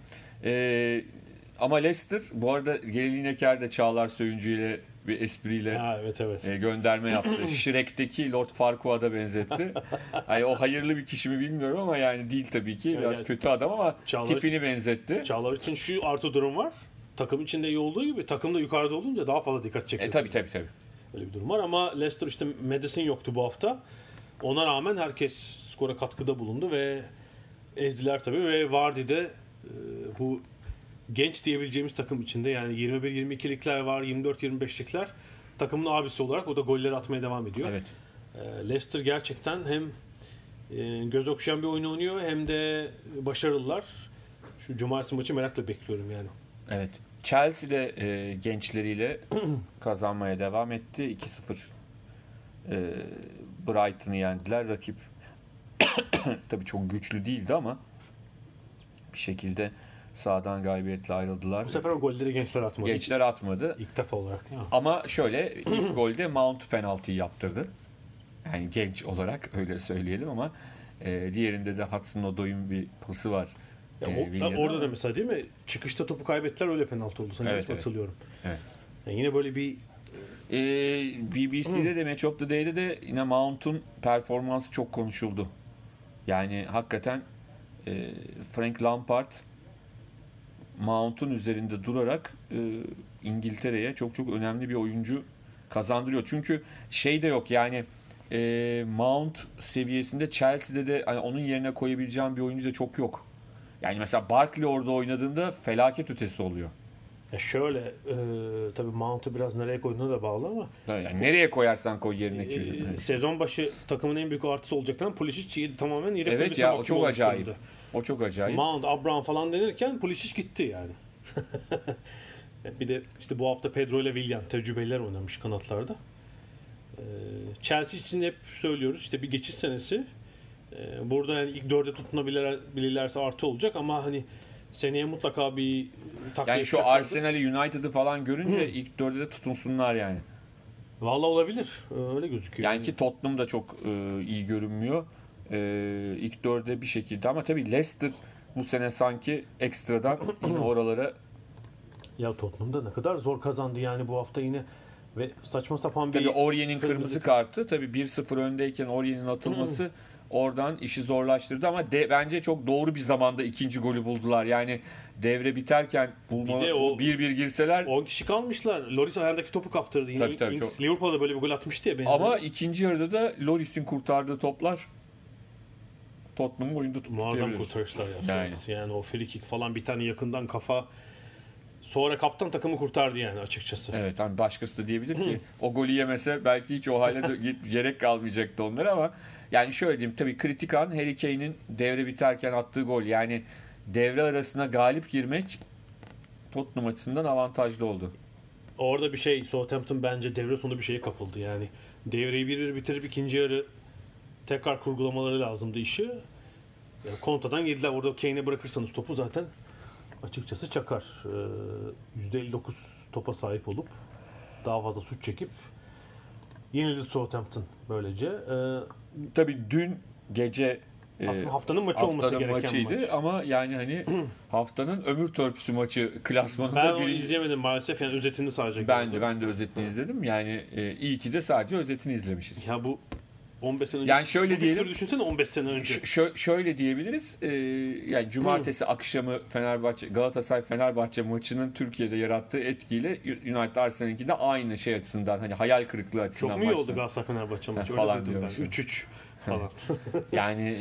Speaker 3: Ama Leicester bu arada Geli Lineker de Çağlar Söyüncü ile bir espriyle
Speaker 2: evet.
Speaker 3: Gönderme yaptı. Shrek'teki Lord Farquaad'a benzetti. Yani o hayırlı bir kişi mi bilmiyorum ama yani değil tabii ki. Biraz
Speaker 2: yani,
Speaker 3: kötü adam ama tipini benzetti.
Speaker 2: Çağlar için şu artı durum var. Takım içinde iyi olduğu gibi takım da yukarıda olunca daha fazla dikkat çekiyor.
Speaker 3: Tabii.
Speaker 2: Öyle bir durum var ama Leicester işte Maddison yoktu bu hafta. Ona rağmen herkes skora katkıda bulundu ve ezdiler tabii ve Vardy de bu genç diyebileceğimiz takım içinde yani 21-22'likler var, 24-25'likler takımın abisi olarak o da golleri atmaya devam ediyor.
Speaker 3: Evet.
Speaker 2: Leicester gerçekten hem göz okşayan bir oyun oynuyor hem de başarılılar. Şu cumartesi maçı merakla bekliyorum yani.
Speaker 3: Evet. Chelsea de gençleriyle kazanmaya devam etti. 2-0 Brighton'ı yendiler. Rakip tabii çok güçlü değildi ama bir şekilde sahadan galibiyetle ayrıldılar.
Speaker 2: Bu sefer o golleri gençler atmadı.
Speaker 3: Gençler atmadı.
Speaker 2: İlk defa olarak değil mi?
Speaker 3: Ama şöyle ilk golde Mount penaltıyı yaptırdı. Yani genç olarak öyle söyleyelim ama diğerinde de Hudson-Odoi'nin bir pası var.
Speaker 2: Orada da mesela değil mi? Çıkışta topu kaybettiler, öyle penaltı oldu. Sanırım hatırlıyorum.
Speaker 3: Evet.
Speaker 2: Yani yine böyle bir
Speaker 3: BBC'de de Match of the Day'de de yine Mount'un performansı çok konuşuldu. Yani hakikaten Frank Lampard Mount'un üzerinde durarak İngiltere'ye çok önemli bir oyuncu kazandırıyor. Çünkü şey de yok yani Mount seviyesinde Chelsea'de de hani onun yerine koyabileceğim bir oyuncu da çok yok. Yani mesela Barkley orada oynadığında felaket ötesi oluyor.
Speaker 2: Şöyle tabii Mount'u biraz nereye koyduğuna da bağlı ama
Speaker 3: yani nereye koyarsan koy yerine
Speaker 2: sezon başı takımın en büyük artısı olacaktan Pulisic tamamen yedek
Speaker 3: evet ya, o çok acayip. O çok acayip.
Speaker 2: Mount, Abraham falan denirken Pulisic gitti yani. Bir de işte bu hafta Pedro ile Willian tecrübeliler oynamış kanatlarda. Chelsea için hep söylüyoruz işte bir geçiş senesi. Burada yani ilk dörde tutunabilirlerse artı olacak ama hani seneye mutlaka bir takviye
Speaker 3: yani şu Arsenal'i, United'ı falan görünce ilk dörde de tutunsunlar yani.
Speaker 2: Vallahi olabilir. Öyle gözüküyor.
Speaker 3: Yani ki Tottenham da çok iyi görünmüyor. İlk dörde bir şekilde ama tabii Leicester bu sene sanki ekstradan yine oralara.
Speaker 2: Ya Tottenham da ne kadar zor kazandı yani bu hafta yine ve saçma sapan bir.
Speaker 3: Tabii Aurier'in kırmızı kartı tabii 1-0 öndeyken Aurier'in atılması oradan işi zorlaştırdı ama bence çok doğru bir zamanda ikinci golü buldular. Yani devre biterken bulma,
Speaker 2: Bir de o
Speaker 3: 1-1 girseler
Speaker 2: 10 kişi kalmışlar. Loris ayağındaki topu kaptırdı. Yine
Speaker 3: Tabii, çok.
Speaker 2: Liverpool'da böyle bir gol atmıştı ya.
Speaker 3: Ama ikinci yarıda da Loris'in kurtardığı toplar Tottenham'ı oyunda tuttu
Speaker 2: muazzam
Speaker 3: diyebiliriz.
Speaker 2: kurtarışlar yaptı. Yani o free kick falan, bir tane yakından kafa. Sonra kaptan takımı kurtardı yani açıkçası.
Speaker 3: Evet, hani başkası da diyebilir ki o golü yemese belki hiç o hale gerek kalmayacaktı onlara ama yani şöyle diyeyim, tabii kritik an Harry Kane'in devre biterken attığı gol. Yani devre arasına galip girmek Tottenham açısından avantajlı oldu.
Speaker 2: Orada bir Southampton bence devre sonu bir şeye kapıldı. Yani devreyi bitirip ikinci yarı tekrar kurgulamaları lazımdı işi. Yani kontradan yediler. Orada Kane'e bırakırsanız topu zaten açıkçası çakar. %59 topa sahip olup daha fazla şut çekip yenildi Southampton böylece.
Speaker 3: Tabii dün gece
Speaker 2: Aslında haftanın maçı olması gereken
Speaker 3: maçıydı
Speaker 2: maç.
Speaker 3: ama yani hani haftanın ömür törpüsü maçı klasmanında
Speaker 2: Ben onu izleyemedim maalesef. Yani özetini sadece gördüm.
Speaker 3: Ben de özetini izledim. Yani iyi ki de sadece özetini izlemişiz.
Speaker 2: Ya bu 15 sene önce.
Speaker 3: Yani şöyle diyelim.
Speaker 2: Düşünsene 15 sene önce.
Speaker 3: Şöyle diyebiliriz. Yani cumartesi akşamı Galatasaray-Fenerbahçe maçının Türkiye'de yarattığı etkiyle United Arsenal'inki de aynı şey açısından, hani hayal kırıklığı açısından.
Speaker 2: Çok mu iyi oldu Galatasaray-Fenerbahçe maçı?
Speaker 3: Falan
Speaker 2: Öyle duydum ben.
Speaker 3: diyormuşum.
Speaker 2: 3-3 falan.
Speaker 3: Yani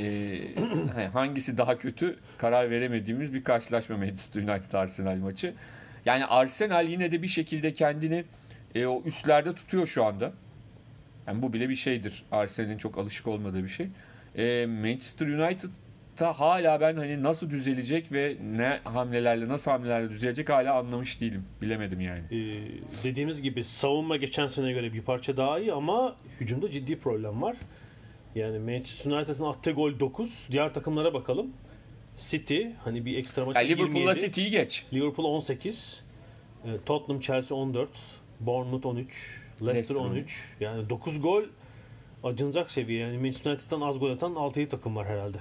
Speaker 3: hangisi daha kötü karar veremediğimiz bir karşılaşma Manchester United Arsenal maçı. Yani Arsenal yine de bir şekilde kendini o üstlerde tutuyor şu anda. Yani bu bile bir şeydir. Arsenal'in çok alışık olmadığı bir şey. Manchester United'da hala ben hani nasıl düzelecek ve nasıl hamlelerle düzelecek hala anlamış değilim. Bilemedim yani.
Speaker 2: Dediğimiz gibi savunma geçen sene göre bir parça daha iyi ama hücumda ciddi problem var. Yani Manchester United'ın attığı gol 9. Diğer takımlara bakalım. City hani bir ekstra maç 27.
Speaker 3: Liverpool'la City'yi geç.
Speaker 2: Liverpool 18. Tottenham, Chelsea 14. Bournemouth 13. Leicester 13. Yani 9 gol acınacak seviye. Yani Manchester United'dan az gol atan 6-7 takım var herhalde.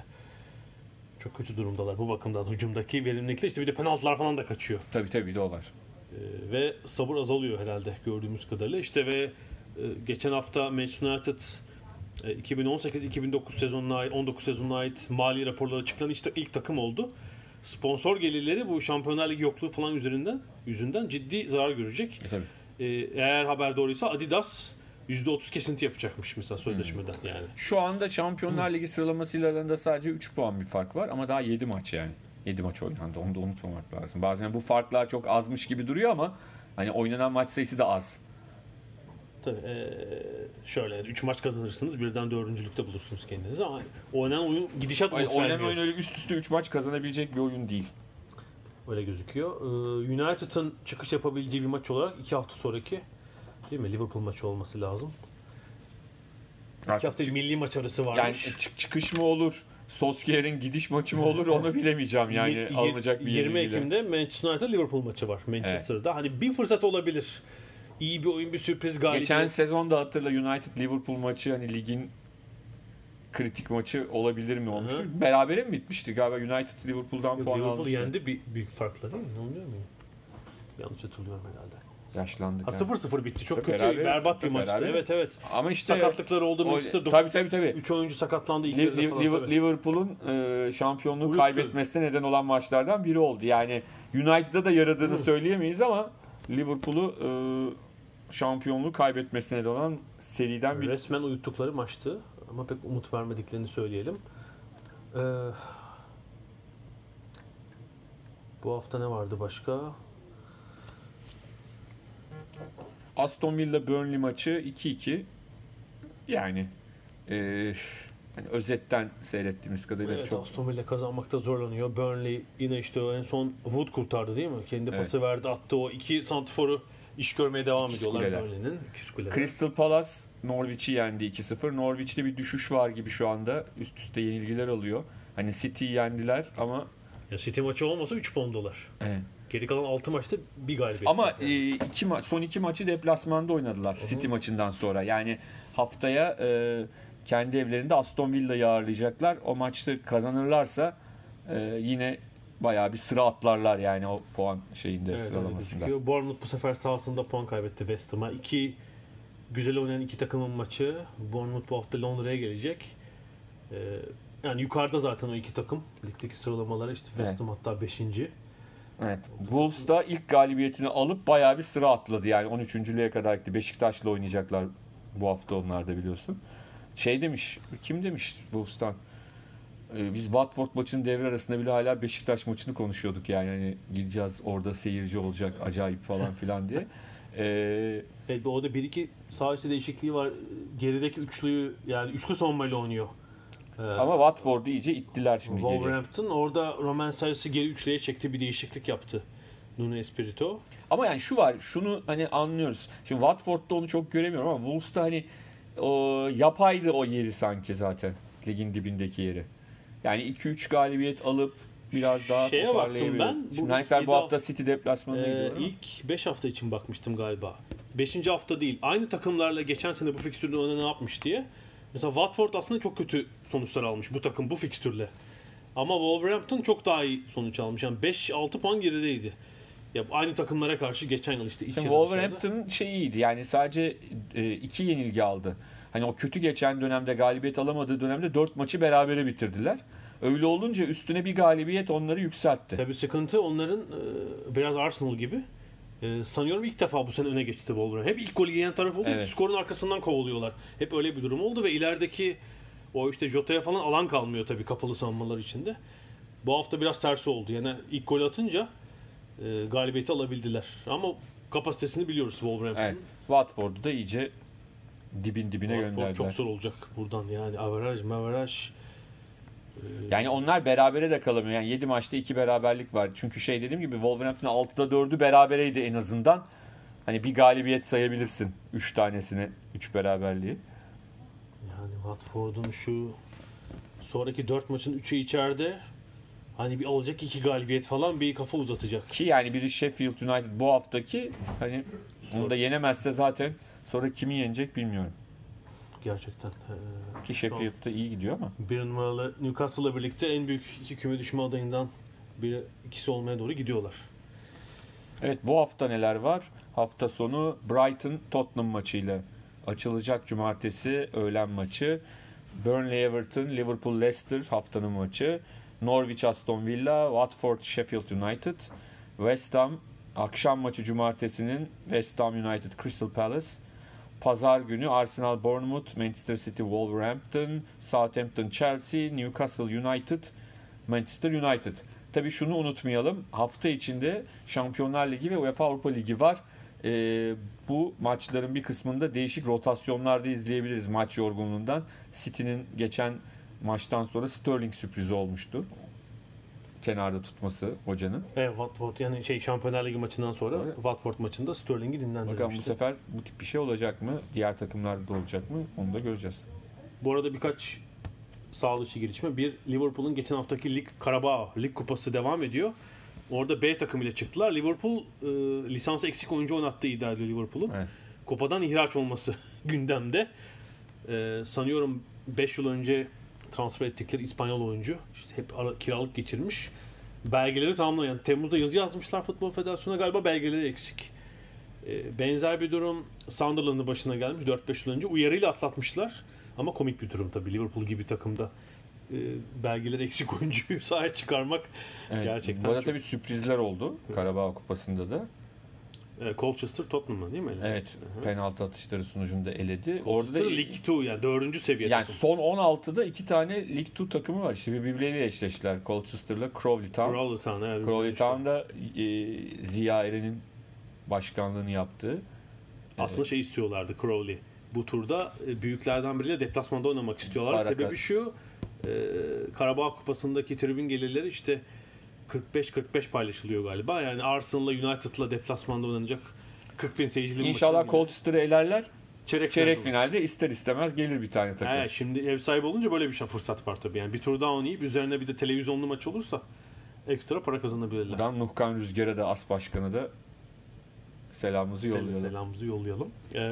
Speaker 2: Çok kötü durumdalar bu bakımdan. Hücumdaki verimlilikle işte bir de penaltılar falan da kaçıyor.
Speaker 3: Tabii bir de o var.
Speaker 2: Ve sabır azalıyor herhalde gördüğümüz kadarıyla. İşte ve geçen hafta Manchester United 2018-2009 sezonuna ait, 19 sezonuna ait mali raporları açıklanan işte ilk takım oldu. Sponsor gelirleri bu Şampiyonlar Ligi yokluğu falan yüzünden ciddi zarar görecek.
Speaker 3: Tabii.
Speaker 2: Eğer haber doğruysa Adidas %30 kesinti yapacakmış mesela sözleşmeden yani.
Speaker 3: Şu anda Şampiyonlar Ligi sıralamasıyla arasında sadece 3 puan bir fark var ama daha 7 maç yani. 7 maç oynandı. Onu da unutmamak lazım. Bazen bu farklar çok azmış gibi duruyor ama hani oynanan maç sayısı da az.
Speaker 2: Tabii şöyle 3 maç kazanırsınız birden 4. bulursunuz kendinizi ama oynanan oyun gidişat umut vermiyor.
Speaker 3: Oynanan oyun öyle üst üste 3 maç kazanabilecek bir oyun değil.
Speaker 2: Öyle gözüküyor. United'ın çıkış yapabileceği bir maç olarak 2 hafta sonraki değil mi? Liverpool maçı olması lazım. 2 hafta milli maç arası varmış.
Speaker 3: Yani çıkış mı olur? Solskjaer'in gidiş maçı mı olur onu bilemeyeceğim yani alınacak bir
Speaker 2: 20 Ekim'de Manchester United Liverpool maçı var Manchester'da. Evet. Hani bir fırsat olabilir. İyi bir oyun, bir sürpriz galibiyet.
Speaker 3: Geçen sezonda hatırla United Liverpool maçı hani ligin kritik maçı olabilir mi olmuştu? Hı-hı. Berabere mi bitmişti galiba? United Liverpool'dan puan almıştı.
Speaker 2: Liverpool yendi büyük farkla değil mi? Anlıyor muyum? Yanlış hatırlıyorum herhalde.
Speaker 3: Yaşlandık.
Speaker 2: 0-0 bitti. Çok kötü, berbat bir maçtı. Evet.
Speaker 3: Ama işte
Speaker 2: sakatlıkları oldu Manchester.
Speaker 3: Tabii.
Speaker 2: 3 oyuncu sakatlandı.
Speaker 3: Liverpool'un şampiyonluğu kaybetmesine neden olan maçlardan biri oldu. Yani United'da da yaradığını söyleyemeyiz ama Liverpool'u şampiyonluğu kaybetmesine neden olan seriden bir...
Speaker 2: Resmen uyuttukları maçtı. Ama pek umut vermediklerini söyleyelim. Bu hafta ne vardı başka?
Speaker 3: Aston Villa Burnley maçı 2-2. Yani hani özetten seyrettiğimiz kadarıyla
Speaker 2: evet,
Speaker 3: çok...
Speaker 2: Aston Villa kazanmakta zorlanıyor. Burnley yine işte en son Wood kurtardı değil mi? Kendi pası verdi, attı o 2 santiforu iş görmeye devam ediyorlar Burnley'nin.
Speaker 3: Crystal Palace Norwich'i yendi 2-0. Norwich'te bir düşüş var gibi şu anda. Üst üste yenilgiler alıyor. Hani City'yi yendiler ama...
Speaker 2: Ya City maçı olmasa 3 puandalar.
Speaker 3: Evet.
Speaker 2: Geri kalan 6 maçta bir galibiyet.
Speaker 3: Ama son 2 maçı deplasmanda oynadılar City maçından sonra. Yani haftaya kendi evlerinde Aston Villa'yı ağırlayacaklar. O maçta kazanırlarsa yine bayağı bir sıra atlarlar yani o puan sıralamasında.
Speaker 2: Bournemouth bu sefer sahasında puan kaybetti West Ham'a. 2 güzel oynayan 2 takımın maçı. Bournemouth bu hafta Londra'ya gelecek. Yani yukarıda zaten o iki takım. Ligdeki sıralamaları işte West Ham hatta 5.
Speaker 3: Evet. Wolves da ilk galibiyetini alıp bayağı bir sıra atladı. Yani 13.lüğe kadar gitti. Beşiktaş'la oynayacaklar bu hafta, onlar da biliyorsun. Demiş, kim demiş Wolves'tan? Biz Watford maçının devre arasında bile hala Beşiktaş maçını konuşuyorduk yani. Hani gideceğiz, orada seyirci olacak acayip falan filan diye.
Speaker 2: Evet, orada 1-2 sağ içi değişikliği var. Gerideki üçlüyü, yani üçlü savunmayla oynuyor.
Speaker 3: Ama Watford'u iyice ittiler şimdi geriye.
Speaker 2: Wolverhampton orada Roman Sayıs'ı geri üçlüye çekti, bir değişiklik yaptı Nuno Espirito.
Speaker 3: Ama yani şu var, şunu hani anlıyoruz. Şimdi Watford'da onu çok göremiyorum ama Wolves'ta hani o yapaydı o yeri sanki zaten. Ligin dibindeki yeri. Yani 2-3 galibiyet alıp biraz daha
Speaker 2: baktım ben.
Speaker 3: Şimdi bu hafta City deplasmanına gidiyor.
Speaker 2: İlk 5 hafta için bakmıştım galiba. 5. hafta değil. Aynı takımlarla geçen sene bu fikstürde ona ne yapmış diye. Mesela Watford aslında çok kötü sonuçlar almış bu takım bu fikstürle. Ama Wolverhampton çok daha iyi sonuç almış. Yani 5-6 puan gerideydi. Ya aynı takımlara karşı geçen yıl işte.
Speaker 3: Wolverhampton'ın iyiydi. Yani sadece 2 yenilgi aldı. Hani o kötü geçen dönemde, galibiyet alamadığı dönemde 4 maçı berabere bitirdiler. Öyle olunca üstüne bir galibiyet onları yükseltti.
Speaker 2: Tabii sıkıntı onların biraz Arsenal gibi. Sanıyorum ilk defa bu sene öne geçti Wolverhampton. Hep ilk golü yiyen taraf oldu. Evet. Skorun arkasından kovalıyorlar. Hep öyle bir durum oldu ve ilerideki o işte Jota'ya falan alan kalmıyor tabii kapalı savunmalar içinde. Bu hafta biraz tersi oldu. Yani ilk golü atınca galibiyeti alabildiler. Ama kapasitesini biliyoruz Wolverhampton'ın.
Speaker 3: Evet. Watford'u da iyice dibine gönderdiler.
Speaker 2: Çok zor olacak buradan yani averaj.
Speaker 3: Yani onlar berabere de kalamıyor. Yani 7 maçta 2 beraberlik var. Çünkü dediğim gibi Wolverhampton 6'da 4'ü berabereydi en azından. Hani bir galibiyet sayabilirsin 3 tanesini, 3 beraberliği.
Speaker 2: Yani Watford'un şu sonraki 4 maçın 3'ü içeride. Hani bir alacak 2 galibiyet falan, bir kafa uzatacak.
Speaker 3: Ki yani biri Sheffield United bu haftaki, hani onu da yenemezse zaten sonra kimi yenecek bilmiyorum.
Speaker 2: Gerçekten.
Speaker 3: Ki Sheffield'da iyi gidiyor ama.
Speaker 2: Bir numaralı Newcastle'la birlikte en büyük iki küme düşme adayından ikisi olmaya doğru gidiyorlar.
Speaker 3: Evet, bu hafta neler var? Hafta sonu Brighton Tottenham maçıyla açılacak, cumartesi öğlen maçı. Burnley Everton, Liverpool Leicester haftanın maçı. Norwich Aston Villa, Watford Sheffield United. West Ham akşam maçı cumartesinin, West Ham United Crystal Palace. Pazar günü Arsenal Bournemouth, Manchester City Wolverhampton, Southampton Chelsea, Newcastle United, Manchester United. Tabii şunu unutmayalım. Hafta içinde Şampiyonlar Ligi ve UEFA Avrupa Ligi var. Bu maçların bir kısmında değişik rotasyonlarda izleyebiliriz maç yorgunluğundan. City'nin geçen maçtan sonra Sterling sürprizi olmuştu. Kenarda tutması hocanın.
Speaker 2: Evet, Watford yani Şampiyonlar Ligi maçından sonra Watford maçında Sterling'i dinlendirmişti.
Speaker 3: Bakalım bu sefer bu tip bir şey olacak mı? Diğer takımlarda da olacak mı? Onu da göreceğiz.
Speaker 2: Bu arada birkaç sağ dışı gelişme. Bir, Liverpool'un geçen haftaki Karabağ Lig Kupası devam ediyor. Orada B takımıyla çıktılar. Liverpool lisansı eksik oyuncu oynattığı iddia ediyor Liverpool'un. Evet. Kupadan ihraç olması gündemde. Sanıyorum 5 yıl önce transfer ettikleri İspanyol oyuncu. İşte hep kiralık geçirmiş. Belgeleri tamamlayan. Temmuz'da yazı yazmışlar Futbol Federasyonu'na, galiba belgeleri eksik. Benzer bir durum Sunderland'ın başına gelmiş 4-5 yıl önce. Uyarıyla atlatmışlar. Ama komik bir durum tabii. Liverpool gibi takımda belgeleri eksik oyuncuyu sahaya çıkarmak gerçekten.
Speaker 3: Bu arada tabii sürprizler oldu Karabağ Kupası'nda da.
Speaker 2: Colchester Tottenham'ı değil mi?
Speaker 3: Evet. Hı-hı. Penaltı atışları sonucunda eledi.
Speaker 2: Orada da Lig 2 yani 4. seviye
Speaker 3: yani
Speaker 2: takım.
Speaker 3: Son 16'da 2 tane Lig 2 takımı var. İşte birbirleriyle eşleştiler. Colchester'la Crawley Town. Crawley Town'da Ziya Eren'in başkanlığını yaptığı.
Speaker 2: Aslında istiyorlardı Crawley. Bu turda büyüklerden biriyle deplasmanda oynamak istiyorlar. Sebebi şu, Karabağ Kupası'ndaki tribün gelirleri işte 45-45 paylaşılıyor galiba. Yani Arsenal'la United'la deplasmanda oynanacak 40.000 seyircili maçı.
Speaker 3: İnşallah Colchester'ı elerler.
Speaker 2: Çeyrek
Speaker 3: finalde ister istemez gelir bir tane takım.
Speaker 2: Şimdi ev sahibi olunca böyle bir fırsat var tabii. Yani bir tur daha oynayıp üzerine bir de televizyonlu maç olursa ekstra para kazanabilirler.
Speaker 3: Buradan Nuhkan Rüzgar'a da, As Başkan'a da selamımızı yollayalım.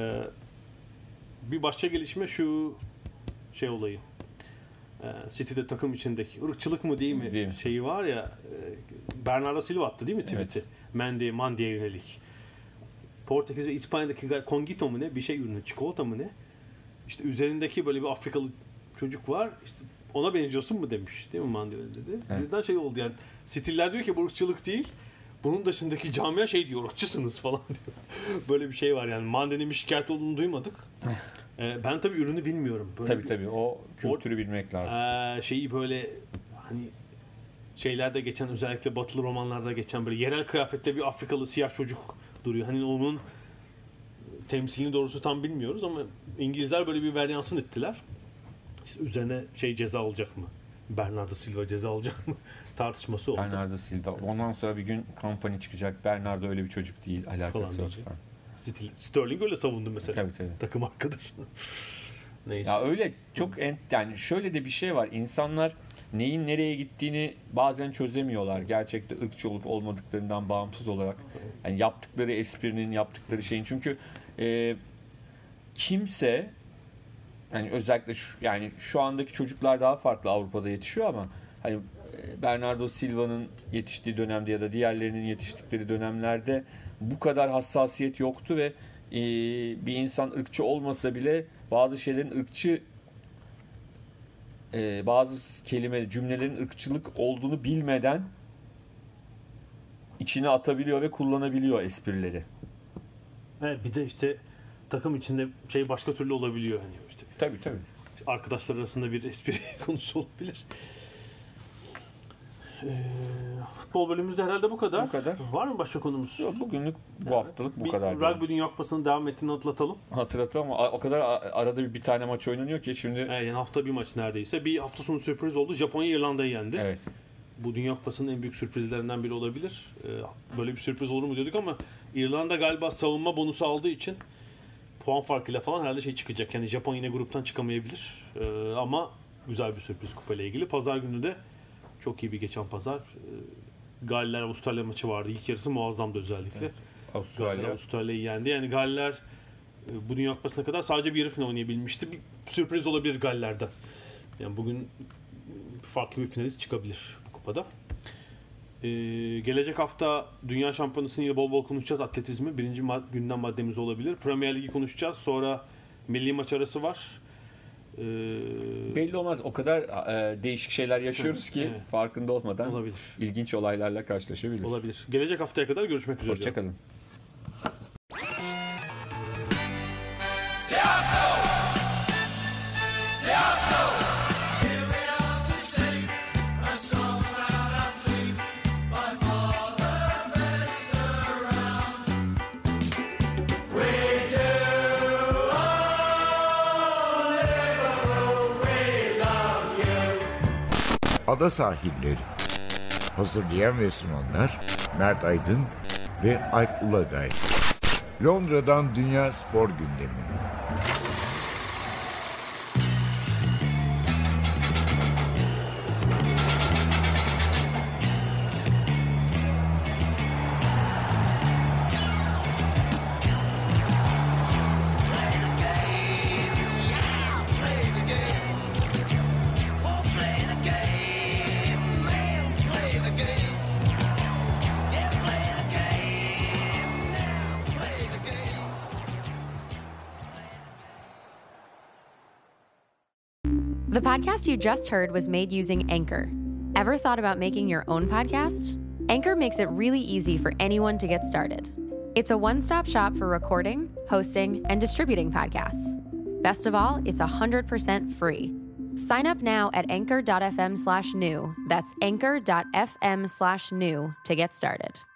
Speaker 2: Bir başka gelişme şu olayı. City'de takım içindeki ırkçılık mı değil mi? Şeyi var ya, Bernardo Silva attı değil mi tweet'i? Evet. Mandy'ye yönelik. Portekiz ve İspanya'daki Congito mu ne? Bir şey ürünü. Çikolata mı ne? İşte üzerindeki böyle bir Afrikalı çocuk var. İşte ona benziyorsun mu demiş değil mi Mandela dedi.
Speaker 3: Evet.
Speaker 2: Birden şey oldu yani. Stiller diyor ki bu ırkçılık değil. Bunun dışındaki camia şey diyor, ırkçısınız falan diyor. Böyle bir şey var yani. Mandela'nın bir şikayet olduğunu duymadık. Ben tabii ürünü bilmiyorum. Böyle
Speaker 3: Tabii o kültürü bilmek lazım.
Speaker 2: Şeyi böyle hani şeylerde geçen, özellikle batılı romanlarda geçen böyle yerel kıyafette bir Afrikalı siyah çocuk duruyor. Hani onun temsilini doğrusu tam bilmiyoruz ama İngilizler böyle bir varyansın ettiler. İşte üzerine ceza alacak mı? Bernardo Silva ceza alacak mı? Tartışması oldu.
Speaker 3: Bernardo Silva. Ondan sonra bir gün kampanya çıkacak. Bernardo öyle bir çocuk değil. Alakası yok.
Speaker 2: Sterling öyle savundu mesela.
Speaker 3: Tabii.
Speaker 2: Takım arkadaşı. Neyse.
Speaker 3: Ya öyle çok yani şöyle de bir şey var. İnsanlar neyin nereye gittiğini bazen çözemiyorlar. Gerçekte ırkçı olup olmadıklarından bağımsız olarak. Yani yaptıkları esprinin, yaptıkları şeyin. Çünkü kimse yani özellikle şu andaki çocuklar daha farklı Avrupa'da yetişiyor ama hani Bernardo Silva'nın yetiştiği dönemde ya da diğerlerinin yetiştikleri dönemlerde bu kadar hassasiyet yoktu ve bir insan ırkçı olmasa bile bazı şeylerin ırkçı bazı cümlelerin ırkçılık olduğunu bilmeden içine atabiliyor ve kullanabiliyor esprileri.
Speaker 2: Evet, bir de işte takım içinde başka türlü olabiliyor hani işte.
Speaker 3: Tabii.
Speaker 2: Arkadaşlar arasında bir espri konusu olabilir. Futbol bölümümüzde herhalde bu kadar. Var mı başka konumuz?
Speaker 3: Yok, bugünlük bu haftalık bu kadar.
Speaker 2: Rugby Dünya Kupası'nın devam ettiğini hatırlatalım.
Speaker 3: Hatırlatalım ama o kadar arada bir tane maç oynanıyor ki şimdi.
Speaker 2: Yani hafta bir maç neredeyse. Bir hafta sonu sürpriz oldu. Japonya İrlanda'yı yendi.
Speaker 3: Evet.
Speaker 2: Bu Dünya Kupası'nın en büyük sürprizlerinden biri olabilir. Böyle bir sürpriz olur mu diyorduk ama İrlanda galiba savunma bonusu aldığı için puan farkıyla falan herhalde çıkacak. Yani Japonya yine gruptan çıkamayabilir. Ama güzel bir sürpriz kupayla ilgili. Pazar günü de çok iyi bir geçen pazar. Galler Avustralya maçı vardı. İlk yarısı muazzamdı özellikle.
Speaker 3: Evet.
Speaker 2: Avustralya'yı yendi. Yani Galler bu Dünya Kupası'na kadar sadece bir yarı final oynayabilmişti. Bir sürpriz olabilir Galler'den. Yani bugün farklı bir finalist çıkabilir bu kupada. Gelecek hafta Dünya Şampiyonası'nı yine bol bol konuşacağız. Atletizmi birinci gündem maddemiz olabilir. Premier Ligi konuşacağız. Sonra milli maç arası var.
Speaker 3: Belli olmaz. O kadar değişik şeyler yaşıyoruz ki farkında olmadan
Speaker 2: olabilir.
Speaker 3: İlginç olaylarla karşılaşabiliriz.
Speaker 2: Olabilir. Gelecek haftaya kadar görüşmek üzere.
Speaker 3: Hoşçakalın.
Speaker 1: Ada Sahilleri. Hazırlayan ve sunanlar Mert Aydın ve Alp Ulagay. Londra'dan Dünya Spor Gündemi.
Speaker 4: The podcast you just heard was made using Anchor. Ever thought about making your own podcast? Anchor makes it really easy for anyone to get started. It's a one-stop shop for recording, hosting, and distributing podcasts. Best of all, it's 100% free. Sign up now at anchor.fm/new. That's anchor.fm/new to get started.